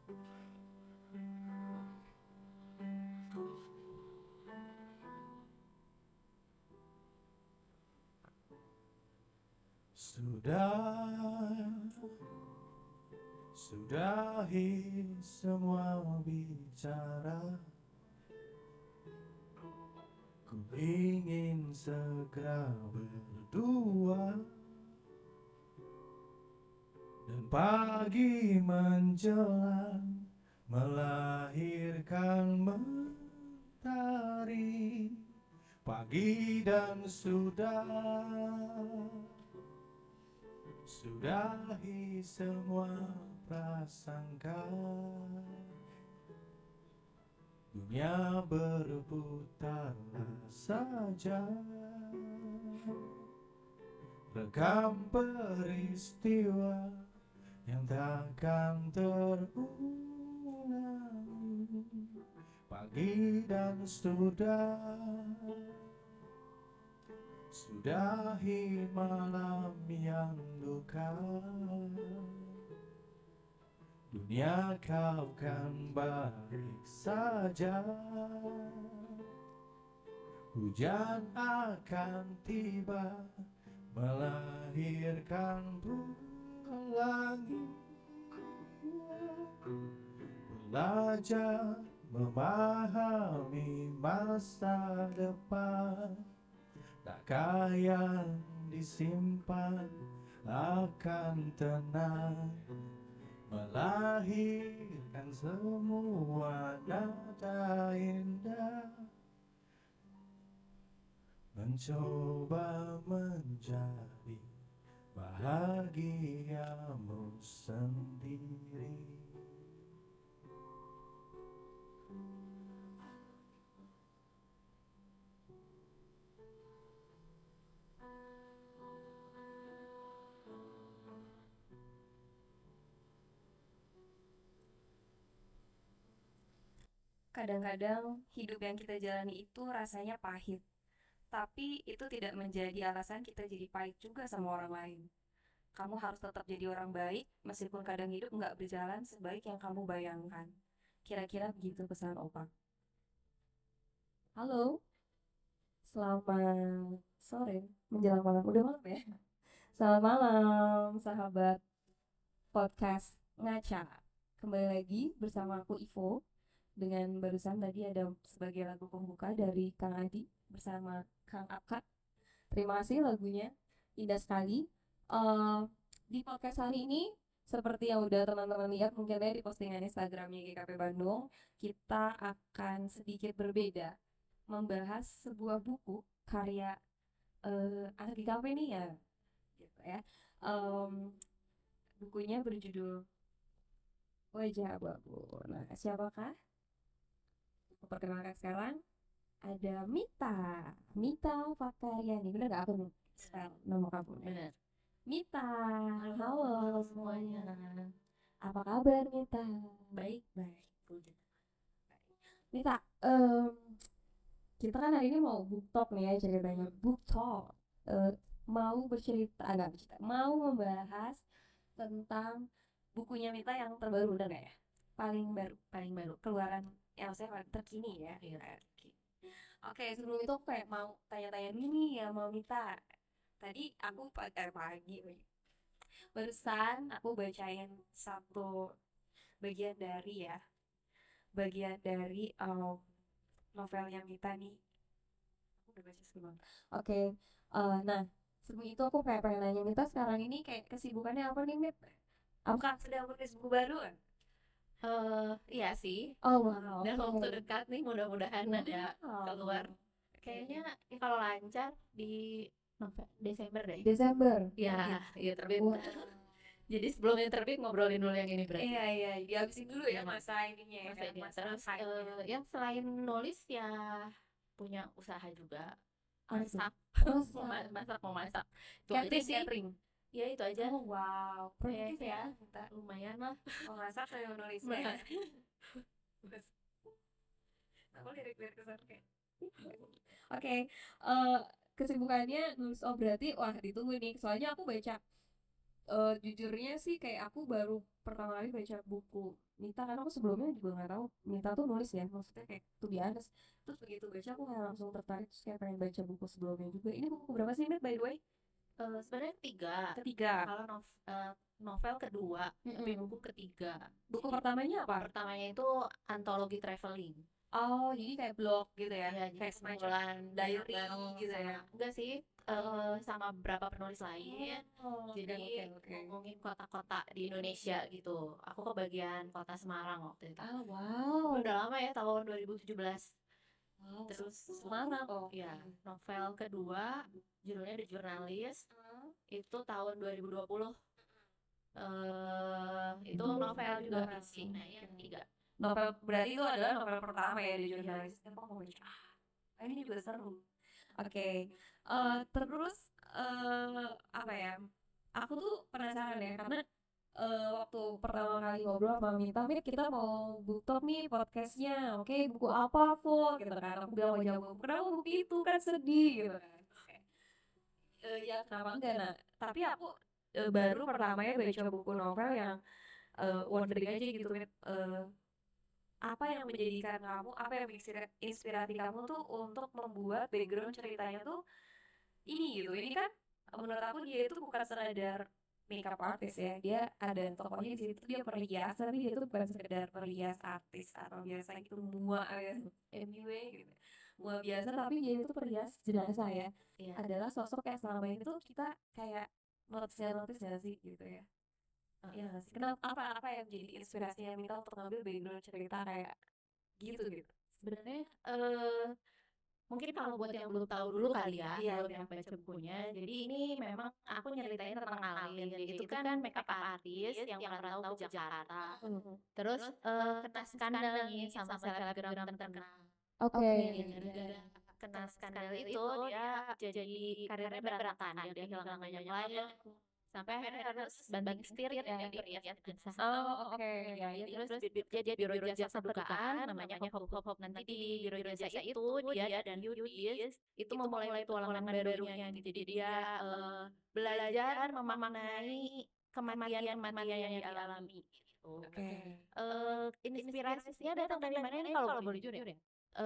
Sudahi semua bicara. Ku ingin segera berdua. Dan pagi menjelang melahirkan mentari. Pagi dan sudahi semua prasangka. Dunia berputarlah saja, rekam peristiwa yang takkan terulang. Pagi dan sudahi malam yang duka. Dunia kau kan baik saja, hujan akan tiba melahirkan pelangi. Belajar memahami masa depan, tak yang disimpan akan tenang. Melahirkan semua nada indah, mencoba menjadi bahagiamu sendiri. Kadang-kadang hidup yang kita jalani itu rasanya pahit, tapi itu tidak menjadi alasan kita jadi pahit juga sama orang lain. Kamu harus tetap jadi orang baik, meskipun kadang hidup nggak berjalan sebaik yang kamu bayangkan. Kira-kira begitu pesan Opa. Halo, selamat sore, menjelang malam. Udah malam ya? Selamat malam, sahabat podcast Ngaca. Kembali lagi bersama aku Ivo. Dengan barusan tadi ada sebagai lagu pembuka dari Kang Adi bersama Kang Akad. Terima kasih lagunya, indah sekali. Eh, di podcast hari ini, seperti yang udah teman-teman lihat mungkin ya di postingan Instagramnya GKP Bandung, kita akan sedikit berbeda, membahas sebuah buku karya anak GKP nih ya, gitu ya. Em, bukunya berjudul Wajah Abu-Abu. Nah, siapakah? Aku perkenalkan sekarang ada Mita. Mita Fakaryani. Bener gak aku spell nama kamu? Benar. Mita, Halo semuanya. apa kabar Mita? Baik. Baik. Mita, kita kan hari ini mau book talk nih ya ceritanya. Book talk. Eh, mau bercerita, agak bercerita, mau membahas tentang bukunya Mita yang terbaru, bener gak ya? Paling baru, keluaran yang saya paling terkini ya. Iya. Oke, sebelum itu aku kayak mau tanya-tanya dulu nih ya mau Mita. Tadi aku pagi, barusan aku bacain satu bagian dari novelnya Mita nih. Aku udah baca sebelum. Oke, nah sebelum itu aku kayak pengen nanya Mita sekarang ini kayak kesibukannya apa nih Mit? Apakah sedang menulis buku baru kan? Iya sih. Oh wow, Dalam waktu oke. dekat nih mudah-mudahan ada keluar. Kayaknya kalau lancar di Desember deh. Desember. Ya, iya terbit. Wah. Jadi sebelum yang terbit ngobrolin dulu yang ini berarti. Iya, dihabisin dulu ya Iya. masa ininya ya, Masa ini. masa Terus hype-nya. yang selain nulis ya punya usaha juga. Apa tuh? Masak. Masak. Memasak. Itu aja Catering, sih. catering. Ya itu aja. Oh wow, produktif Kayaknya ya kita. lumayan lah. Memasak saya nulis Nah, ya. Aku lirik-lirik kesan kayak. Oke, kesibukannya nulis, oh berarti wah ditunggu nih. Soalnya aku baca Jujurnya sih kayak aku baru pertama kali baca buku Nita, karena aku sebelumnya juga nggak tahu Nita tuh nulis ya, maksudnya kayak tuh biasa. Terus begitu baca aku kayak langsung tertarik, terus kayak pengen baca buku sebelumnya juga. Ini buku berapa sih, Nat, by the way? Sebenarnya ketiga. Ketiga. Kalau novel kedua, tapi Mm-mm. buku ketiga. Buku pertamanya apa? Pertamanya itu antologi traveling. Oh, jadi kayak blog gitu ya, Ya, kayak jadi semacam kumpulan diary bareng gitu ya. enggak sih, sama beberapa penulis lain. Oh, oke, Jadi oke. ngomongin kota-kota di Indonesia gitu. Aku kebagian kota Semarang waktu itu. Ah, wow. Udah lama ya, tahun 2017. Wow, Terus Semarang. Oh, ya, novel kedua judulnya The Journalist, itu tahun 2020. Itu novel juga fiksi. Nah, yang ketiga. Novel berarti itu adalah novel pertama ya di jurnalis. Aku mau baca. Ini juga seru. Oke. Terus apa ya? Aku tuh penasaran ya, karena waktu pertama kali ngobrol sama Mita, Mit, kita mau book talk nih podcastnya. Oke, buku apa, Fu? Gitu kan. Aku bilang mau jawab, kenapa buku itu kan sedih gitu kan. Terus kayak, ya kenapa enggak. Nah, tapi aku baru pertama ya baca buku novel yang wondering aja gitu, Mit. Apa yang menjadikan kamu, apa yang inspirasi kamu tuh untuk membuat background ceritanya tuh ini gitu. Ini kan menurut aku dia itu bukan sekedar makeup artist ya, dia ada tokohnya di situ, dia perhias, tapi dia itu bukan sekedar perhias artis atau biasa gitu mua ya, anyway gitu, mua biasa, tapi dia itu perhias jenazah ya. Iya. Adalah sosok yang selama ini tuh kita kayak notice gak sih gitu ya. Iya nggak sih? Kenapa, apa yang jadi inspirasinya Mita untuk ngambil background cerita kayak gitu gitu? Sebenarnya mungkin kalau buat yang belum tahu dulu kali ya, Iya, belum yang baca bukunya. Jadi ini memang aku nyeritain tentang Alin. Dia itu kan makeup artist yang merantau ke Jakarta. Terus kena skandal nih sama selebgram terkenal. Oke. Gara-gara kena skandal itu dia jadi karirnya berantakan. Dia kehilangan banyak klien. Sampai akhirnya harus banting setir ya di jenazah. Oh, oke. Ya, terus dia biro jasa kedukaan, namanya Hop Hop Hop. Nanti di biro jasa itu dia dan Yudis itu memulai petualangan barunya gitu. Jadi dia belajar memaknai kematian yang dialami gitu. Oke. Inspirasinya datang dari mana ini kalau boleh jujur ya?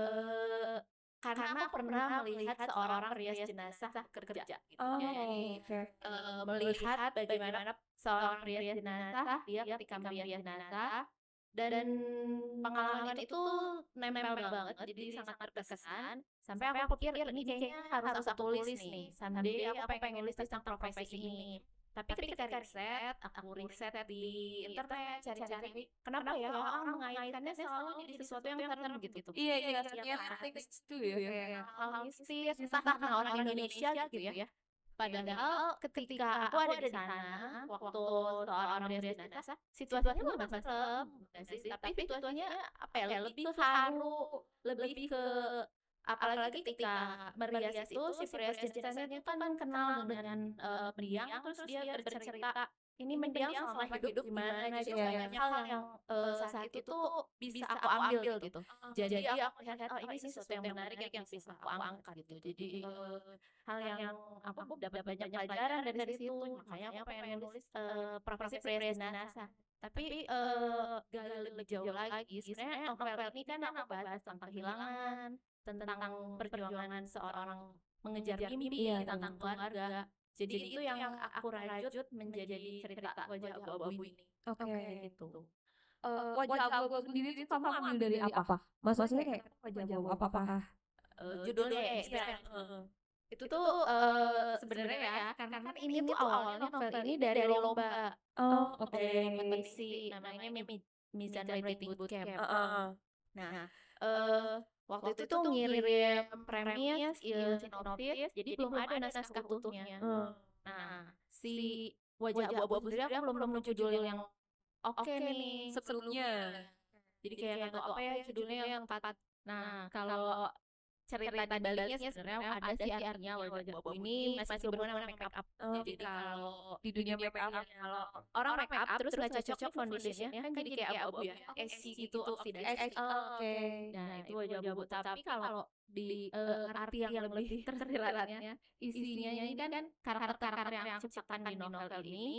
Karena aku pernah melihat seorang perias jenazah bekerja gitu. Oh, Jadi oke. melihat bagaimana seorang perias jenazah dia ketika merias jenazah, dan pengalaman itu nempel banget, jadi sangat berkesan sampai aku pikir ini kayaknya harus aku tulis nih, someday aku pengen nulis tentang profesi ini. Tapi ketika aku riset di internet, cari-cari kenapa ya orang mengaitkannya selalu jadi sesuatu yang serem gitu. Iya, iya, yang things to ya, kayak hal mistis, entah karena orang Indonesia gitu ya. Padahal ketika aku ada di sana, waktu seorang merias jenazah, situasinya bukan serem, tapi situasinya apa ya, lebih ke haru, lebih ke, apalagi ketika merias itu si merias jenazahnya itu kan kenal dengan mendiang, terus dia bercerita ini mendiang selama hidup gimana gitu, banyak hal yang saat itu tuh bisa aku ambil gitu. Jadi aku lihat oh ini sesuatu yang menarik yang bisa aku angkat gitu. Jadi hal yang aku dapat banyak pelajaran dari situ, makanya aku pengen nulis profesi perias jenazah. Tapi gali lebih jauh lagi, sebenarnya novel ini kan aku bahas tentang kehilangan, tentang perjuangan seorang mengejar mimpi, tentang keluarga. Jadi itu yang aku rajut menjadi cerita Wajah Abu-Abu ini. Oke. Gitu. Wajah abu-abu sendiri itu kamu ambil dari apa? Maksudnya kayak wajah abu apakah? Judulnya ya, itu tuh sebenarnya ya, karena kan ini tuh awalnya novel ini dari lomba Oh, oke. kompetisi namanya Mizan Writing Bootcamp. Nah, waktu itu tuh ngirim premis, sinopsis, jadi belum ada naskah utuhnya. Nah, si Wajah Abu-Abu sendiri aku belum nemu judul yang oke nih Sebelumnya. jadi kayak nggak tahu apa ya judulnya yang tepat. Nah, kalau cerita di baliknya sebenarnya ada sih artinya Wajah Abu ini masih berhubungan dengan make up. Jadi kalau Di dunia make up, kalau orang make up terus nggak cocok foundationnya kan jadi kayak abu-abu ya, SC gitu, oksidasi. oke. Nah itu Wajah Abu. Tapi kalau di arti yang lebih tersiratnya, isinya ini kan karakter-karakter yang diciptakan di novel ini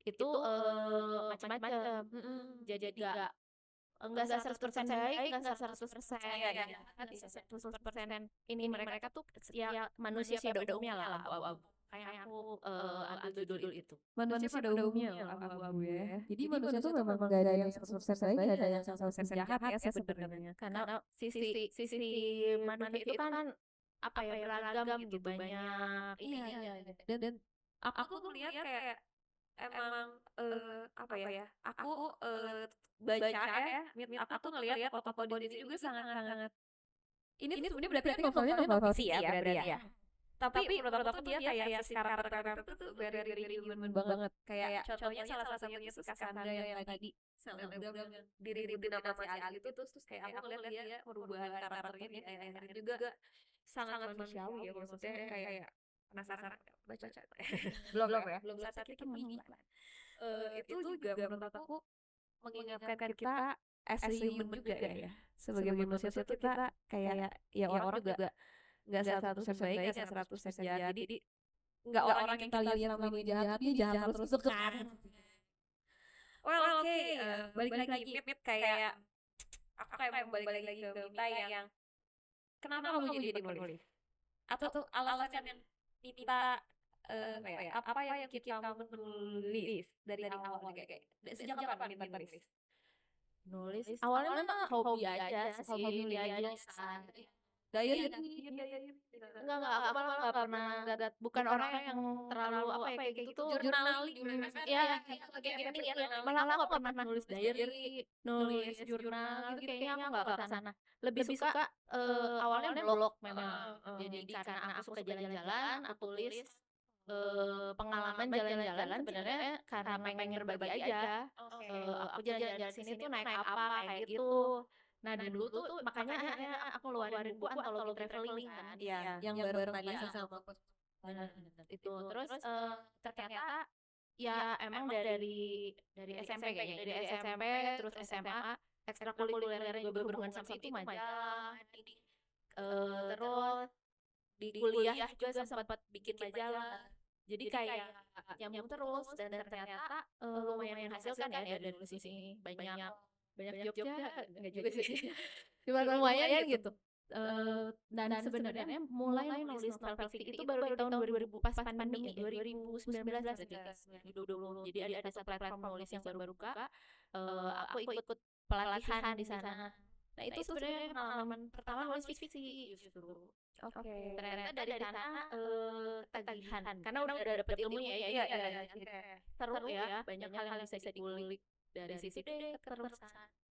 itu macam-macam. Jadi enggak 100% baik, enggak 100% ya kan 100% ini mereka tuh ya manusia pada umumnya lah abu-abu. Kayak aku ambil judul itu. Manusia pada umumnya abu-abu ya. Jadi manusia tuh memang gak ada yang 100% baik, gak ada yang 100% jahat ya sebenarnya. Karena sisi manusia itu kan apa ya beragam gitu banyak. Iya. Dan aku tuh lihat kayak emang apa ya? Aku baca ya, aku tuh ngelihat tokoh-tokoh di sini juga sangat-sangat. Ini sebenarnya berarti novel fiksi ya berarti ya. Tapi menurut aku tuh dia kayak si karakter itu tuh very human banget. Kayak contohnya salah satunya itu Cassandra yang tadi selebgram diributin sama si Ali itu terus kayak aku ngeliat dia perubahan karakternya di akhir-akhir juga sangat manusiawi ya, maksudnya kayak penasaran baca belum saat itu pengiklan itu juga menurut aku mengingatkan kita as a human juga ya, sebagai manusia tuh kita kayak ya orang juga nggak 100% baik, nggak 100% jahat. Jadi nggak orang yang kita lihat selama ini jahat, dia jahat terus itu kan. Well, oke, balik lagi Mip, kayak aku kayak balik lagi ke Mita yang kenapa kamu jadi penulis? Atau alasan yang Mita apa yang bikin kamu menulis dari awal kayak sejak kapan Mita Nulis awalnya mah hobi aja sih, hobi aja diary enggak aku malah nggak pernah bukan orang yang terlalu apa ya kayak gitu jurnaling ya kayak gini ya malah aku nggak pernah nulis diary nulis jurnal gitu kayaknya aku nggak ke sana, lebih suka awalnya blog memang jadi karena aku suka jalan-jalan aku tulis pengalaman jalan-jalan sebenarnya karena pengen berbagi aja. Aku jalan-jalan sini tuh naik apa kayak gitu. Nah dulu tuh makanya akhirnya aku ngeluarin buku antologi traveling kan. yang bareng tadi sama aku. Itu terus ternyata ya emang dari SMP kayaknya dari SMP terus SMA ekstrakurikuler yang berhubungan sama itu majalah. Terus di kuliah juga sempat bikin majalah. Jadi kayak nyambung terus dan ternyata lumayan menghasilkan ya dari nulis ini banyak jobnya enggak juga sih. Cuma lumayan gitu. Dan sebenarnya mulai nulis novel fiksi itu baru di tahun 2000 pas pandemi 2019 2020. Jadi ada satu platform nulis yang baru buka. Aku ikut pelatihan di sana. Nah itu sebenarnya pengalaman pertama nulis fiksi justru. Oke. Ternyata dari sana ketagihan karena udah dapet ilmunya ya. Seru ya, banyak hal yang bisa dikulik dari sisi keterusan.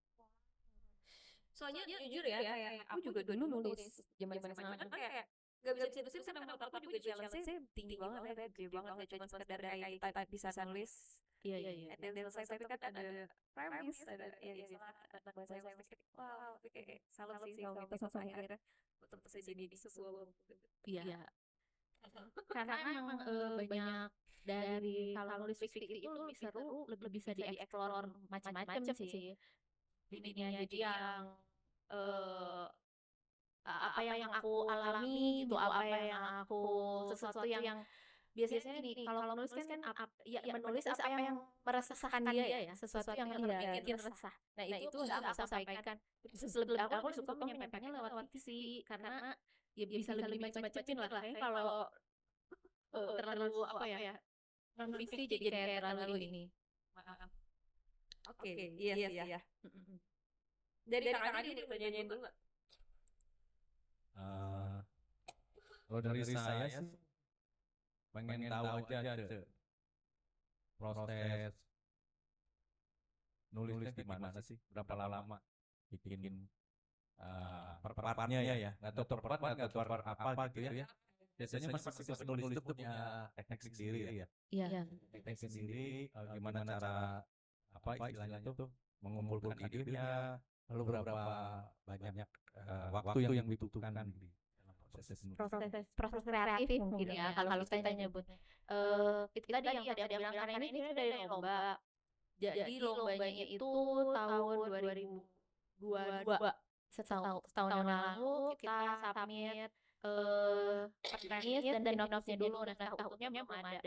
Soalnya jujur ya, kayak aku juga dulu nulis zaman-zaman kan kayak gak bisa nulis karena menurut aku juga challenge-nya tinggi banget ya, gede banget, gak cuma sekedar kayak kita bisa nulis. Iya. And then selesai itu kan ada premise, ada anak bahasa yang mikir, wow, kayak salut sih kalau kita sampai akhirnya untuk bisa jadi di sebuah buku. Iya. Karena memang banyak dari kalau nulis fiksi itu lebih seru, lebih bisa dieksplor macam-macam sih. Ininya jadi yang apa yang aku alami gitu, apa yang aku sesuatu yang biasanya nih kalau nulis kan ya menulis apa yang meresahkan dia ya, sesuatu yang bikin resah. Nah itu aku sampaikan. Lebih aku suka menyampaikannya lewat fiksi karena ya bisa lebih macam-macam lah ya kalau terlalu apa ya non fiksi jadi kayak terlalu ini. Oke, iya. Dari kakak ini udah nyanyiin dulu nggak? Kalau dari saya sih pengen tahu aja deh proses nulisnya gimana sih, berapa lama bikin per-partnya ya, nggak tahu per-part apa gitu ya. Biasanya masing-masing penulis itu punya teknik sendiri ya. Iya. Teknik sendiri, gimana cara apa istilahnya itu mengumpulkan idenya, lalu berapa banyak waktu yang dibutuhkan di dalam proses menulis. Proses kreatif mungkin ya kalau kita nyebut. Kita tadi yang bilang karena ini dari lomba. Jadi lombanya itu tahun 2022. Setahun yang lalu kita submit premis dan sinopsisnya dulu, dan tahunnya belum ada.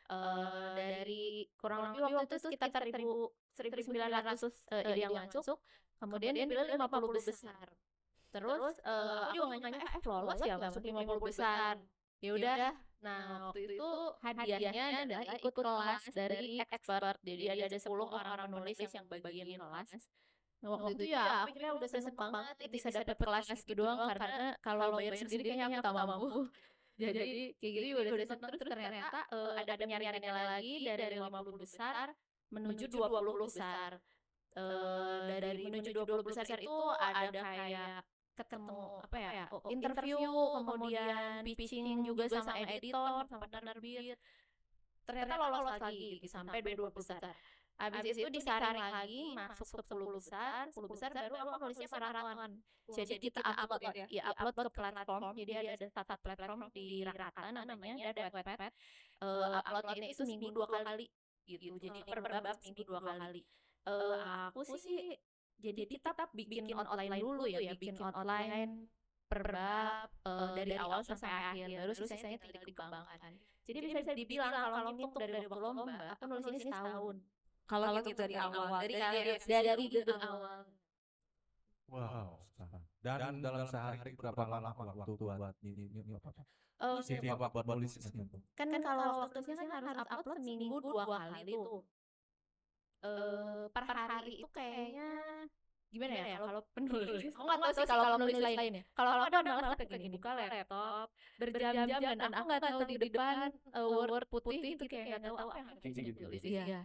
Dari kurang lebih waktu itu sekitar 1.900 ide yang masuk, kemudian dipilih 50 besar. Terus aku juga nggak nyangka lolos ya masuk 50 besar. Ya udah. Nah, waktu itu hadiahnya adalah ikut kelas dari expert. Jadi ada 10 orang penulis yang bagian kelas. Nah, waktu itu ya aku pikirnya udah seneng banget bisa dapet kelas gitu doang, karena kalau bayar sendiri kayaknya aku tak mampu. Jadi kayak gitu udah seneng. Terus ternyata ada penyaringannya lagi dari 50 besar menuju 20 besar. Dari menuju 20 besar itu ada kayak ketemu apa ya, interview, kemudian pitching juga sama editor, sama penerbit. Ternyata lolos lagi gitu, sampai 20 besar. Habis itu disaring lagi masuk ke 10 besar. 10 besar baru aku nulisnya maraton. Jadi kita upload ya upload ke platform. Jadi ada satu platform di Rakata namanya, ada Wattpad. Uploadnya itu seminggu 2 kali gitu. Jadi per bab seminggu 2 kali. Aku sih jadi tetap bikin online dulu ya, bikin online per bab dari awal sampai akhir, baru sisanya tinggal dikembangkan. Jadi bisa dibilang kalau ngitung dari waktu lomba, aku nulis ini setahun. Kalau gitu dari awal, Dari ide awal. Wow. Dan dalam sehari berapa lama waktu buat ini apa? Oh, CV buat nulis itu. kan kalau waktunya kan harus upload seminggu 2 kali tuh. Per hari itu kayaknya gimana ya kalau penulis? Aku nggak tahu sih kalau penulis lain ya. Kalau aku ada malah kayak gini, buka laptop berjam-jam dan aku nggak tahu di depan word putih itu kayak nggak tahu apa yang harus ditulis. Iya.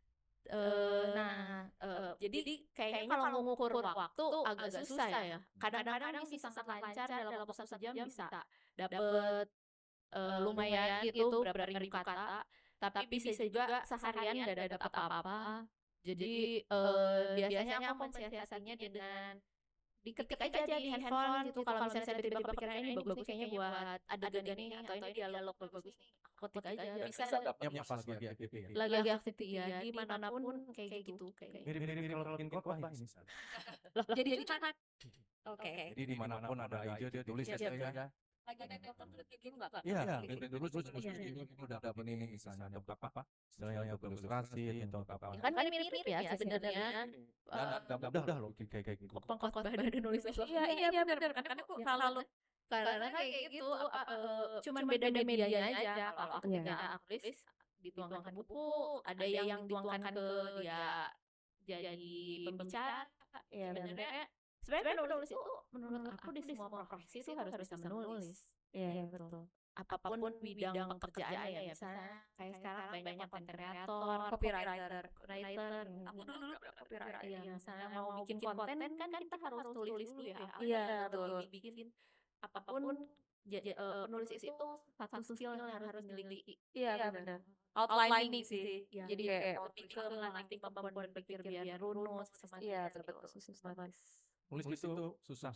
Jadi kayaknya kalau mengukur waktu agak susah ya. Kadang-kadang sih sangat lancar dalam waktu 1 jam bisa dapet lumayan gitu beribu kata, tapi bisa juga seharian nggak dapat apa-apa. Jadi biasanya aku mensiasatinya dengan diketik aja di handphone gitu. Kalau misalnya saya tiba-tiba kepikiran ini bagus kayaknya buat adegan ini atau ini dialog bagus nih, aku ketik aja. Bisa Setupnya pas lagi aktif ya. lagi aktif ya dimanapun kayak gitu kayak. Mirip-mirip kalau bikin khotbah ini. jadi mana? Oke. Jadi dimanapun ada ide dia tulis Siap, saja. siap. Lagi ada yang tertulis gitu nggak Kak? Iya, dulu terus ini udah dapat ini misalnya ada apa? Istilahnya untuk ilustrasi atau apa. Kan mirip-mirip ya sebenarnya. Dan mudah loh kayak gitu. Khotbah dan nulis Iya benar. Karena aku selalu karena kayak gitu cuman beda medianya aja. Kalau aku ketika aku tulis dituangkan ke buku, ada yang dituangkan ke dia jadi pembicara. Ya sebenarnya menulis itu menurut aku di semua profesi itu harus bisa menulis. Iya betul. Apapun bidang pekerjaan ya, misalnya kayak sekarang banyak content creator, copywriter, aku dulu copywriter. Ya, misalnya mau bikin konten kan kita harus tulis dulu ya. Iya betul. Bikin apapun penulis itu satu skill yang harus dimiliki. Iya benar. Outlining sih. Jadi kayak lebih ke melatih kemampuan berpikir biar runut sama. Iya betul. Sistematis. Nulis itu susah.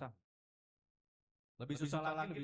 Lebih susah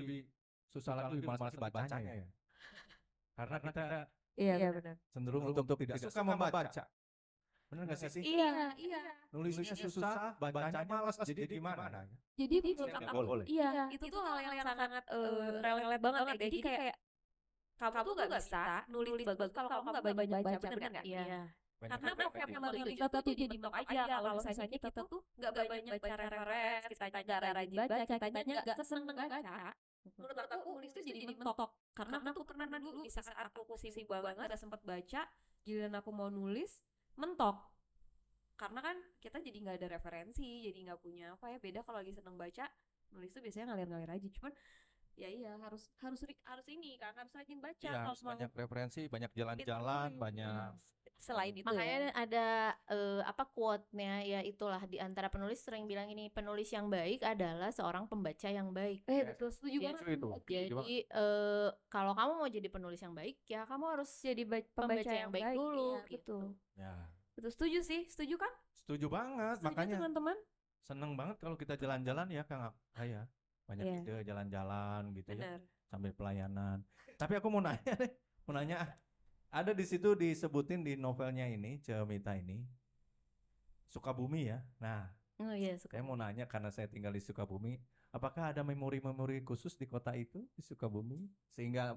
lagi malas bacanya ya. Karena kita Iya benar. cenderung untuk tidak suka membaca. Benar nggak sih? Iya. Nulisnya susah, bacanya malas. Jadi gimana? Jadi menurut aku iya itu tuh hal yang sangat relate banget ya. Jadi kayak kamu tuh gak bisa nulis bagus kalau kamu gak banyak baca, bener nggak? Iya. Karena vocabulary kita tuh jadi mentok aja. Kalau misalnya kita tuh gak banyak baca referensi, kita gak rajin baca, kitanya gak seneng baca. Menurut aku nulis tuh jadi mentok. Karena aku pernah dulu di saat aku sibuk banget gak sempet baca, giliran aku mau nulis mentok. Karena kan kita jadi nggak ada referensi, jadi nggak punya apa ya, beda kalau lagi seneng baca, nulis tuh biasanya ngalir-ngalir aja. Cuman ya iya harus ini kan, harus rajin baca. Ya, harus banyak referensi, banyak jalan-jalan, banyak. Selain itu Makanya ada quote-nya ya, itulah di antara penulis sering bilang ini, penulis yang baik adalah seorang pembaca yang baik. betul, setuju Iya, banget. Jadi kalau kamu mau jadi penulis yang baik ya kamu harus Jadi pembaca yang baik dulu iya, gitu. Ya. Betul, setuju sih, setuju kan? Setuju banget, Setuju makanya teman-teman. seneng banget kalau kita jalan-jalan ya Kang Ayah. Banyak Iya. ide jalan-jalan gitu ya, Benar. sambil pelayanan. Tapi aku mau nanya, ada di situ disebutin di novelnya ini, Cemita ini, Sukabumi ya. Nah, Oh iya, saya mau nanya karena saya tinggal di Sukabumi, apakah ada memori-memori khusus di kota itu, di Sukabumi, sehingga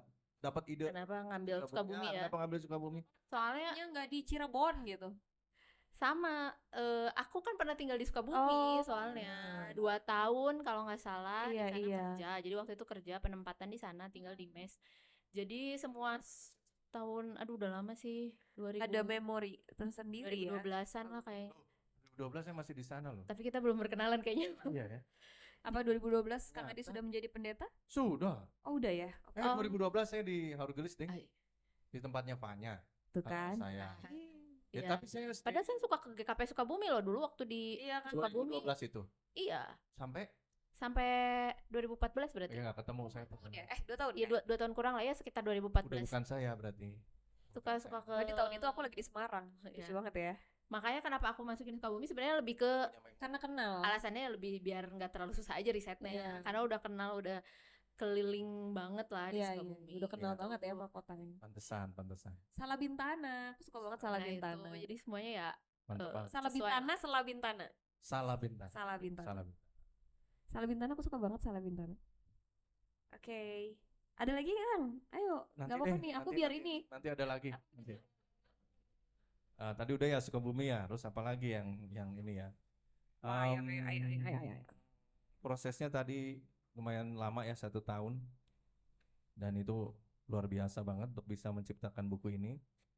dapat ide Kenapa ngambil Sukabumi ya? Kenapa ngambil Sukabumi? Soalnya Nya nggak di Cirebon gitu. sama, aku kan pernah tinggal di Sukabumi Oh. soalnya 2 tahun kalau nggak salah di Iya, sana iya. kerja. Jadi waktu itu kerja penempatan di sana, tinggal di mes. Jadi semua tahun, aduh udah lama sih, 2000, Ada memori tersendiri ya. 2012-an lah kayaknya. 2012 saya masih di sana loh. Tapi kita belum berkenalan kayaknya. Iya ya. Apa 2012 karena dia Ternyata. sudah menjadi pendeta? Sudah. Oh udah ya. Oke. Oh. 2012 saya di Harugelis ding. Ay, Di tempatnya Fanya. Tuh kan. Saya. Ya, iya. tapi saya stay Padahal saya suka ke GKP Sukabumi loh dulu waktu di Iya kan. Sukabumi. 2012 itu. Iya, Sampai sampai 2014 berarti. ya nggak ketemu saya. Tahun ya? 2 tahun Iya, ya? 2 tahun kurang lah ya, sekitar Udah 2014. bukan saya berarti. Suka ke Berarti tahun itu aku lagi di Semarang. Iya. Lucu banget ya. Makanya kenapa aku masukin Sukabumi sebenarnya lebih ke Karena kenal. alasannya lebih biar nggak terlalu susah aja risetnya. Iya. Karena udah kenal, udah keliling banget lah di Iya, iya. Sukabumi. Udah kenal Iya. banget ya sama kotanya. Pantesan. Salah Bintana. Aku suka banget Salah Nah, itu. Bintana. Jadi semuanya ya Mantap Eh, banget. Salah sesuai. Bintana, Salah Bintana. Salah bintang. Salah Bintana. Salah bintang. Salah Bintana aku suka banget Salah Bintana. Oke. Ada lagi Kang? Ayo. Gak apa-apa nih, aku biar ini. Nanti ada lagi. Nanti. Tadi udah ya Sukabumi ya. Terus apa lagi yang ini ya? Ayo, Em, ayo. Prosesnya tadi lumayan lama ya 1 tahun. Dan itu luar biasa banget untuk bisa menciptakan buku ini.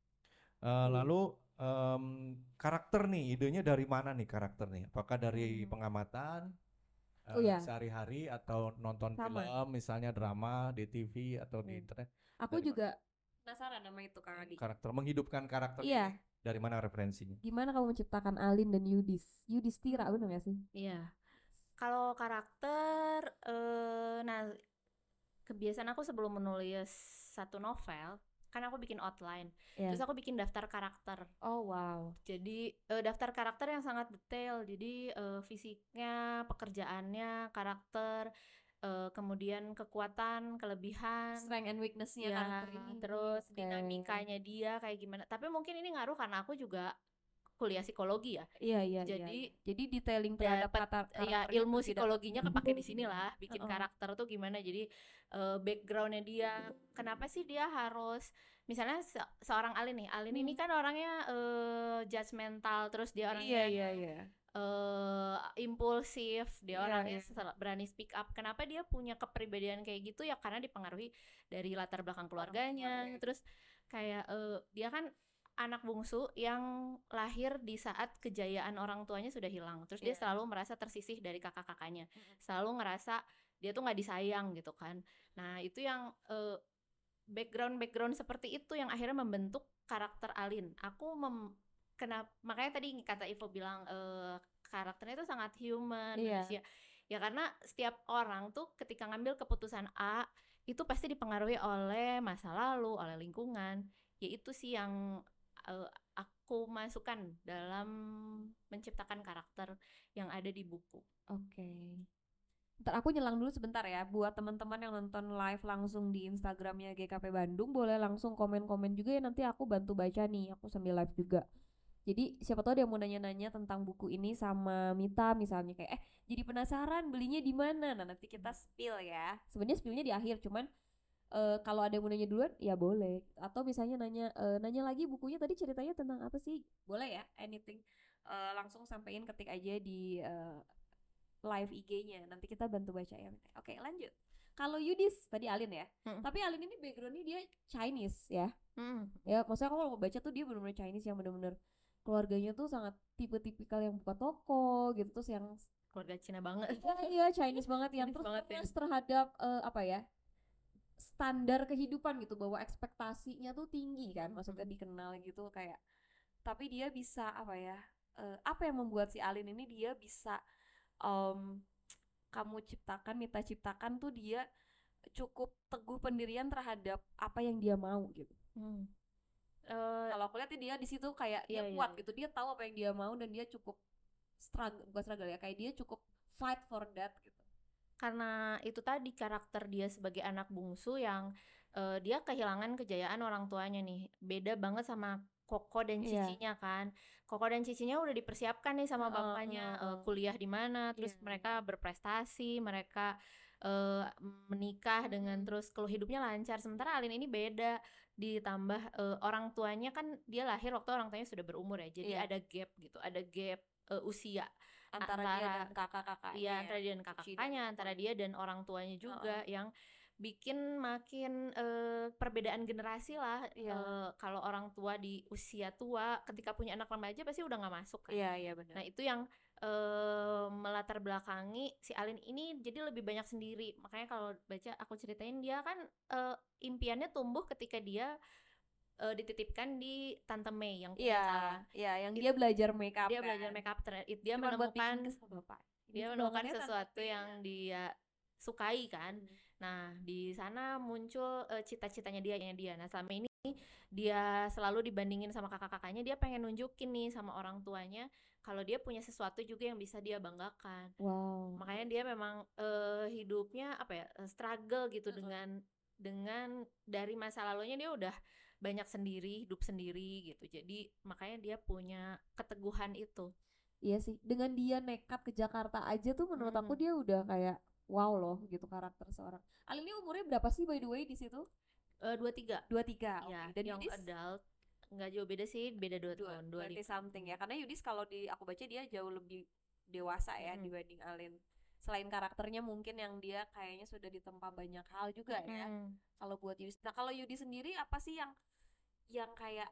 Lalu karakter nih, idenya dari mana nih karakter nih? Apakah dari pengamatan Oh ya. sehari-hari atau nonton Sama. film, misalnya drama di TV atau di internet? Aku Dari juga penasaran nama itu Kang Adi. Karakter, menghidupkan karakter Iya. ini dari mana referensinya? Gimana kamu menciptakan Alin dan Yudhistira, bener gak sih? iya. Kalau karakter nah kebiasaan aku sebelum menulis satu novel, kan aku bikin outline. Iya. Terus aku bikin daftar karakter. Oh wow. Jadi daftar karakter yang sangat detail. Jadi fisiknya, pekerjaannya, karakter, kemudian kekuatan, kelebihan, Strength and weakness-nya ya, karakter ini. terus Oke. dinamikanya dia kayak gimana. Tapi mungkin ini ngaruh karena aku juga kuliah psikologi ya. Iya. Jadi detailing terhadap Dapat karakter ya itu ilmu tidak- psikologinya kepake di sini lah, bikin Heeh. karakter tuh gimana. Jadi backgroundnya dia, kenapa sih dia harus, misalnya seorang Alin nih, Alin ini kan orangnya judgmental, terus dia orangnya Iya. impulsif, dia Iya, orangnya iya. berani speak up. Kenapa dia punya kepribadian kayak gitu ya? Karena dipengaruhi dari latar belakang keluarganya. Terus kayak dia kan anak bungsu yang lahir di saat kejayaan orang tuanya sudah hilang. Terus dia Iya. selalu merasa tersisih dari kakak-kakaknya. Selalu ngerasa dia tuh nggak disayang gitu kan. Nah, itu yang background seperti itu yang akhirnya membentuk karakter Alin. Makanya tadi kata Ivo bilang karakternya itu sangat human, Iya. manusia. Ya karena setiap orang tuh ketika ngambil keputusan A itu pasti dipengaruhi oleh masa lalu, oleh lingkungan. Ya itu sih yang aku masukkan dalam menciptakan karakter yang ada di buku. Oke. Ntar aku nyelang dulu sebentar ya. Buat teman-teman yang nonton live langsung di Instagramnya GKP Bandung, boleh langsung komen-komen juga ya. Nanti aku bantu baca nih. Aku sambil live juga. Jadi siapa tahu dia mau nanya-nanya tentang buku ini sama Mita misalnya kayak jadi penasaran belinya di mana. Nah nanti kita spill ya. Sebenarnya spillnya di akhir, cuman kalau ada yang mau nanya duluan ya boleh. Atau misalnya nanya lagi bukunya tadi ceritanya tentang apa sih? Boleh ya, anything. Langsung sampein, ketik aja di live IG-nya. Nanti kita bantu baca ya. Oke, lanjut. Kalau Yudis tadi Alin ya. Tapi Alin ini background-nya dia Chinese ya. Ya, maksudnya kalau mau baca tuh dia benar-benar Chinese yang benar-benar keluarganya tuh sangat tipe-tipikal yang buka toko gitu, terus yang Keluarga Cina banget. iya Chinese banget yang Chinese terus banget ya. keras terhadap apa ya, standar kehidupan gitu, bahwa ekspektasinya tuh tinggi kan, maksudnya dikenal gitu kayak. Tapi dia bisa apa ya, apa yang membuat si Alin ini dia bisa Mita ciptakan tuh dia cukup teguh pendirian terhadap apa yang dia mau gitu. Kalau aku lihat dia di situ kayak dia kuat gitu, dia tahu apa yang dia mau dan dia cukup bukan struggle ya, kayak dia cukup fight for that gitu. Karena itu tadi karakter dia sebagai anak bungsu yang dia kehilangan kejayaan orang tuanya nih. Beda banget sama Koko dan Cicinya kan. Koko dan Cicinya udah dipersiapkan nih sama bapaknya kuliah di mana, terus mereka berprestasi, mereka menikah dengan terus kalau hidupnya lancar. Sementara Alin ini beda, ditambah orang tuanya kan dia lahir waktu orang tuanya sudah berumur ya, jadi Iya. ada gap gitu, ada gap usia Antara dia dan kakak-kakaknya. iya, antara dia dan Cici kakak-kakaknya, antara dia dan orang tuanya juga, yang bikin makin perbedaan generasi lah. Iya. Kalau orang tua di usia tua ketika punya anak remaja pasti udah nggak masuk kan. Iya benar. Nah itu yang melatar belakangi si Alin ini jadi lebih banyak sendiri. Makanya kalau baca aku ceritain, dia kan impiannya tumbuh ketika dia dititipkan di Tante Mei yang punya salon. Iya, yang dia belajar makeup. Dia kan. belajar makeup, dia Cuma buat menemukan bikin kesel bapak. dia menemukan sesuatu yang dia sukai kan. Nah di sana muncul cita-citanya dia. Nah selama ini dia selalu dibandingin sama kakak-kakaknya, dia pengen nunjukin nih sama orang tuanya kalau dia punya sesuatu juga yang bisa dia banggakan. Wow. Makanya dia memang hidupnya struggle gitu dengan dari masa lalunya dia udah banyak sendiri, hidup sendiri gitu. Jadi makanya dia punya keteguhan itu. Iya sih, dengan dia nekat ke Jakarta aja tuh menurut aku dia udah kayak wow loh gitu karakter seorang. Alin ini umurnya berapa sih by the way di situ? 23. 23. Ya, Dan yang Yudis adult nggak jauh beda sih, beda 2 tahun, 20 something ya. Karena Yudis kalau aku baca dia jauh lebih dewasa ya dibanding Alin. Selain karakternya mungkin yang dia kayaknya sudah ditempa banyak hal juga ya. Kalau buat Yudis. Nah, kalau Yudis sendiri apa sih yang kayak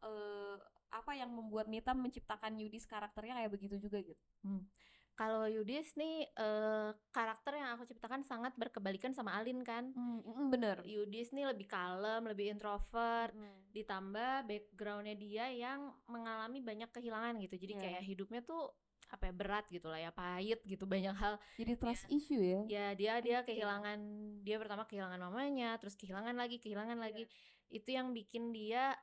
apa yang membuat Nita menciptakan Yudis karakternya kayak begitu juga gitu? Kalau Yudis nih karakter yang aku ciptakan sangat berkebalikan sama Alin kan. Bener. Yudis nih lebih kalem, lebih introvert, ditambah backgroundnya dia yang mengalami banyak kehilangan gitu. Jadi kayak hidupnya tuh berat gitu lah ya, pahit gitu, banyak hal. Jadi trust issue ya? Ya dia kehilangan, dia pertama kehilangan mamanya, terus kehilangan lagi. Itu yang bikin dia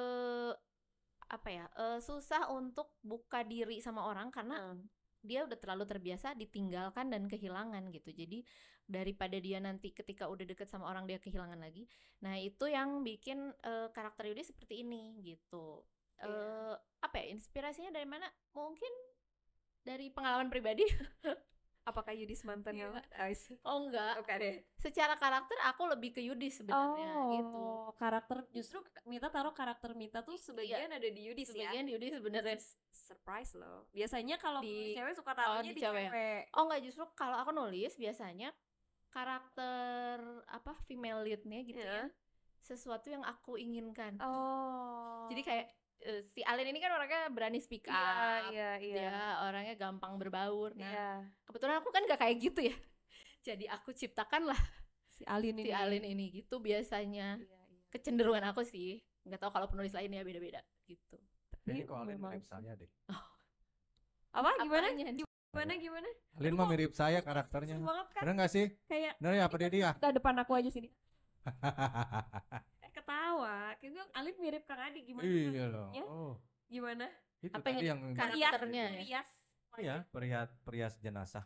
susah untuk buka diri sama orang karena dia udah terlalu terbiasa ditinggalkan dan kehilangan gitu. Jadi daripada dia nanti ketika udah deket sama orang dia kehilangan lagi. Nah itu yang bikin karakter Yudis seperti ini gitu. Inspirasinya dari mana? Mungkin dari pengalaman pribadi. Apakah Yudis mantannya? Oh enggak. Oke deh. Secara karakter aku lebih ke Yudis sebenarnya gitu. Karakter justru Mita taruh karakter Mita tuh sebagian ada di Yudis ya. Sebagian Yudis sebenarnya. Surprise loh. Biasanya kalau Di cewek suka taruhnya di cewek. Oh enggak, justru kalau aku nulis biasanya karakter female lead-nya gitu ya. Sesuatu yang aku inginkan. Jadi kayak si Alin ini kan orangnya berani speak up. Iya. Dia orangnya gampang berbaur. Nah, kebetulan aku kan gak kayak gitu ya. Jadi aku ciptakanlah si Alin ini gitu biasanya. Kecenderungan aku sih. Nggak tahu kalau penulis lain ya beda-beda gitu. Ini kok Alin mirip saya deh. Apa? Gimana? Gimana? Alin mah mirip saya karakternya. Kan? Bener gak sih? Kayak bener ya apa dia? Kita depan aku aja sini. Ketawa, kayaknya Alin mirip Kang Adi gimana? Iya loh. Gimana? Itu apa tadi yang karakternya ya? Iya, perias jenazah.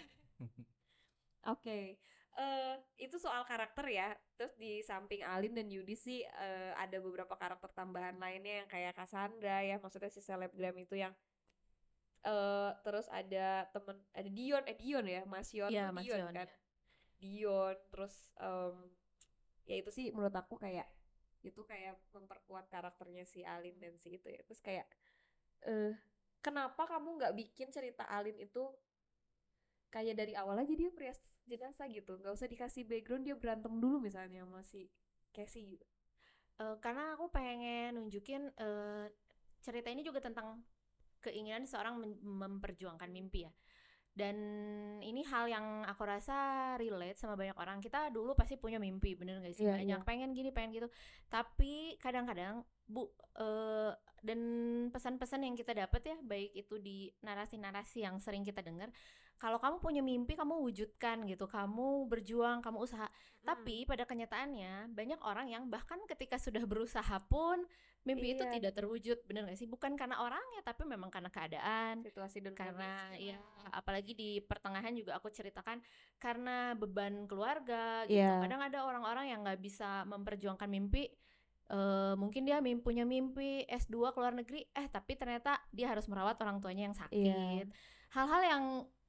Oke. Itu soal karakter ya. Terus di samping Alin dan Yudis sih ada beberapa karakter tambahan lainnya yang kayak Cassandra ya, maksudnya si selebgram itu yang terus ada Dion ya, Mas Yon, Dion kan. Dion, terus ya itu sih menurut aku kayak memperkuat karakternya si Alin dan si itu ya. Terus kayak kenapa kamu nggak bikin cerita Alin itu kayak dari awal aja dia perias jenazah gitu, nggak usah dikasih background dia berantem dulu misalnya sama si Casey gitu. Karena aku pengen nunjukin cerita ini juga tentang keinginan seorang memperjuangkan mimpi ya. Dan ini hal yang aku rasa relate sama banyak orang. Kita dulu pasti punya mimpi, bener gak sih? Banyak pengen gini, pengen gitu. Tapi kadang-kadang dan pesan-pesan yang kita dapat ya, baik itu di narasi-narasi yang sering kita dengar, kalau kamu punya mimpi kamu wujudkan gitu, kamu berjuang, kamu usaha. Tapi pada kenyataannya banyak orang yang bahkan ketika sudah berusaha pun mimpi itu tidak terwujud, bener gak sih? Bukan karena orangnya, tapi memang karena keadaan, situasi dan karena ya apalagi di pertengahan juga aku ceritakan karena beban keluarga gitu. Kadang ada orang-orang yang nggak bisa memperjuangkan mimpi. Mungkin dia punya mimpi S2 ke luar negeri, tapi ternyata dia harus merawat orang tuanya yang sakit. Hal-hal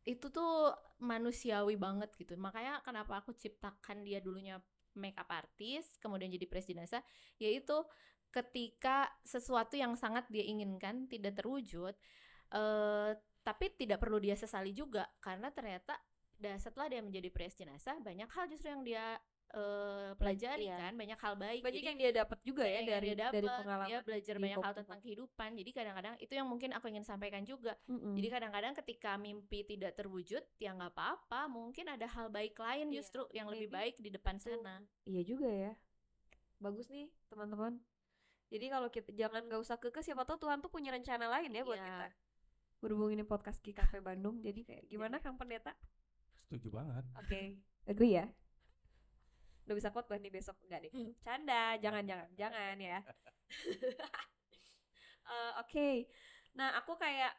itu tuh manusiawi banget gitu. Makanya kenapa aku ciptakan dia dulunya makeup artist, kemudian jadi peres jenazah, yaitu ketika sesuatu yang sangat dia inginkan tidak terwujud, tapi tidak perlu dia sesali juga, karena ternyata setelah dia menjadi peres jenazah banyak hal justru yang dia pelajari Iya. kan, banyak hal baik. Banyak Jadi yang dia dapat juga ya banyak yang dari dia dapet, pengalaman dia belajar di banyak hal Hope. tentang kehidupan. Jadi kadang-kadang itu yang mungkin aku ingin sampaikan juga. Mm-mm. Jadi kadang-kadang ketika mimpi tidak terwujud, ya nggak apa-apa, mungkin ada hal baik lain Iya, justru yang lebih maybe baik di depan itu sana. Iya juga ya. Bagus nih teman-teman. Jadi kalau kita jangan nggak usah kekeh, siapa tahu Tuhan tuh punya rencana lain ya buat Iya. kita. Berhubung ini podcast Ki Cafe Bandung, jadi kayak gimana Kang Pendeta? Setuju banget. Oke, agree ya. Udah bisa khotbah nih besok enggak deh? Canda, jangan ya. Oke. Nah, aku kayak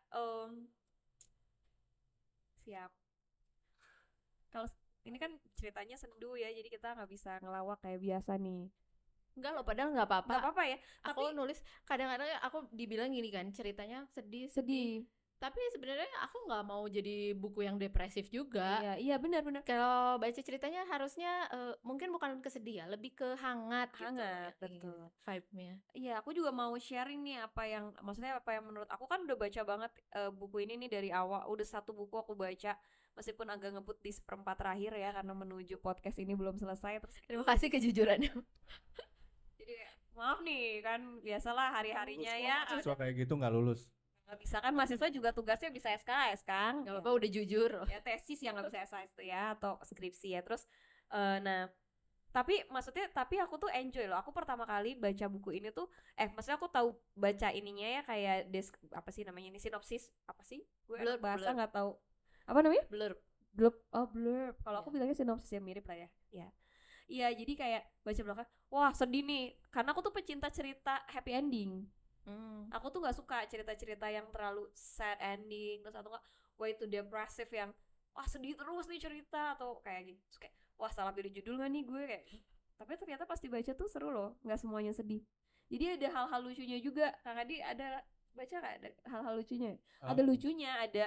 siap. Kalau ini kan ceritanya sendu ya, jadi kita nggak bisa ngelawak kayak biasa nih. Enggak loh, padahal nggak apa-apa. Nggak apa-apa ya. Aku nulis kadang-kadang aku dibilang gini kan, ceritanya sedih. Tapi sebenarnya aku nggak mau jadi buku yang depresif juga. Iya benar. Kalau baca ceritanya harusnya mungkin bukan ke sedih ya, lebih ke hangat Hangat, gitu. betul. Vibe-nya. Iya, aku juga mau sharing nih maksudnya apa yang menurut aku kan udah baca banget buku ini nih dari awal. Udah satu buku aku baca, meskipun agak ngebut di seperempat terakhir ya karena menuju podcast ini belum selesai. Terus Terima kasih kejujurannya. jadi kayak, maaf nih kan biasalah hari-harinya ya. Siswa kayak gitu nggak lulus. Nggak bisa kan mahasiswa juga tugasnya bisa SKS kan? Gak apa-apa, udah jujur. Ya tesis yang nggak bisa SKS tuh ya atau skripsi ya. Terus nah tapi aku tuh enjoy loh. Aku pertama kali baca buku ini tuh maksudnya aku tahu baca ininya ya kayak apa sih namanya ini sinopsis apa sih? Gue Blurb, bahasa blurb. nggak tahu. Apa namanya? Blur. Blurb. Kalau aku Ya. bilangnya sinopsis ya mirip lah ya. Ya. Iya, jadi kayak baca belakang, wah sedih nih. Karena aku tuh pecinta cerita happy ending. Aku tuh nggak suka cerita-cerita yang terlalu sad ending terus atau nggak way too depressive yang wah sedih terus nih cerita atau kayak gitu. Terus kayak wah salah pilih judul nggak nih gue kayak. Tapi ternyata pas dibaca tuh seru loh, nggak semuanya sedih. Jadi ada hal-hal lucunya juga. Kang Adi ada baca nggak ada hal-hal lucunya? Ada lucunya, ada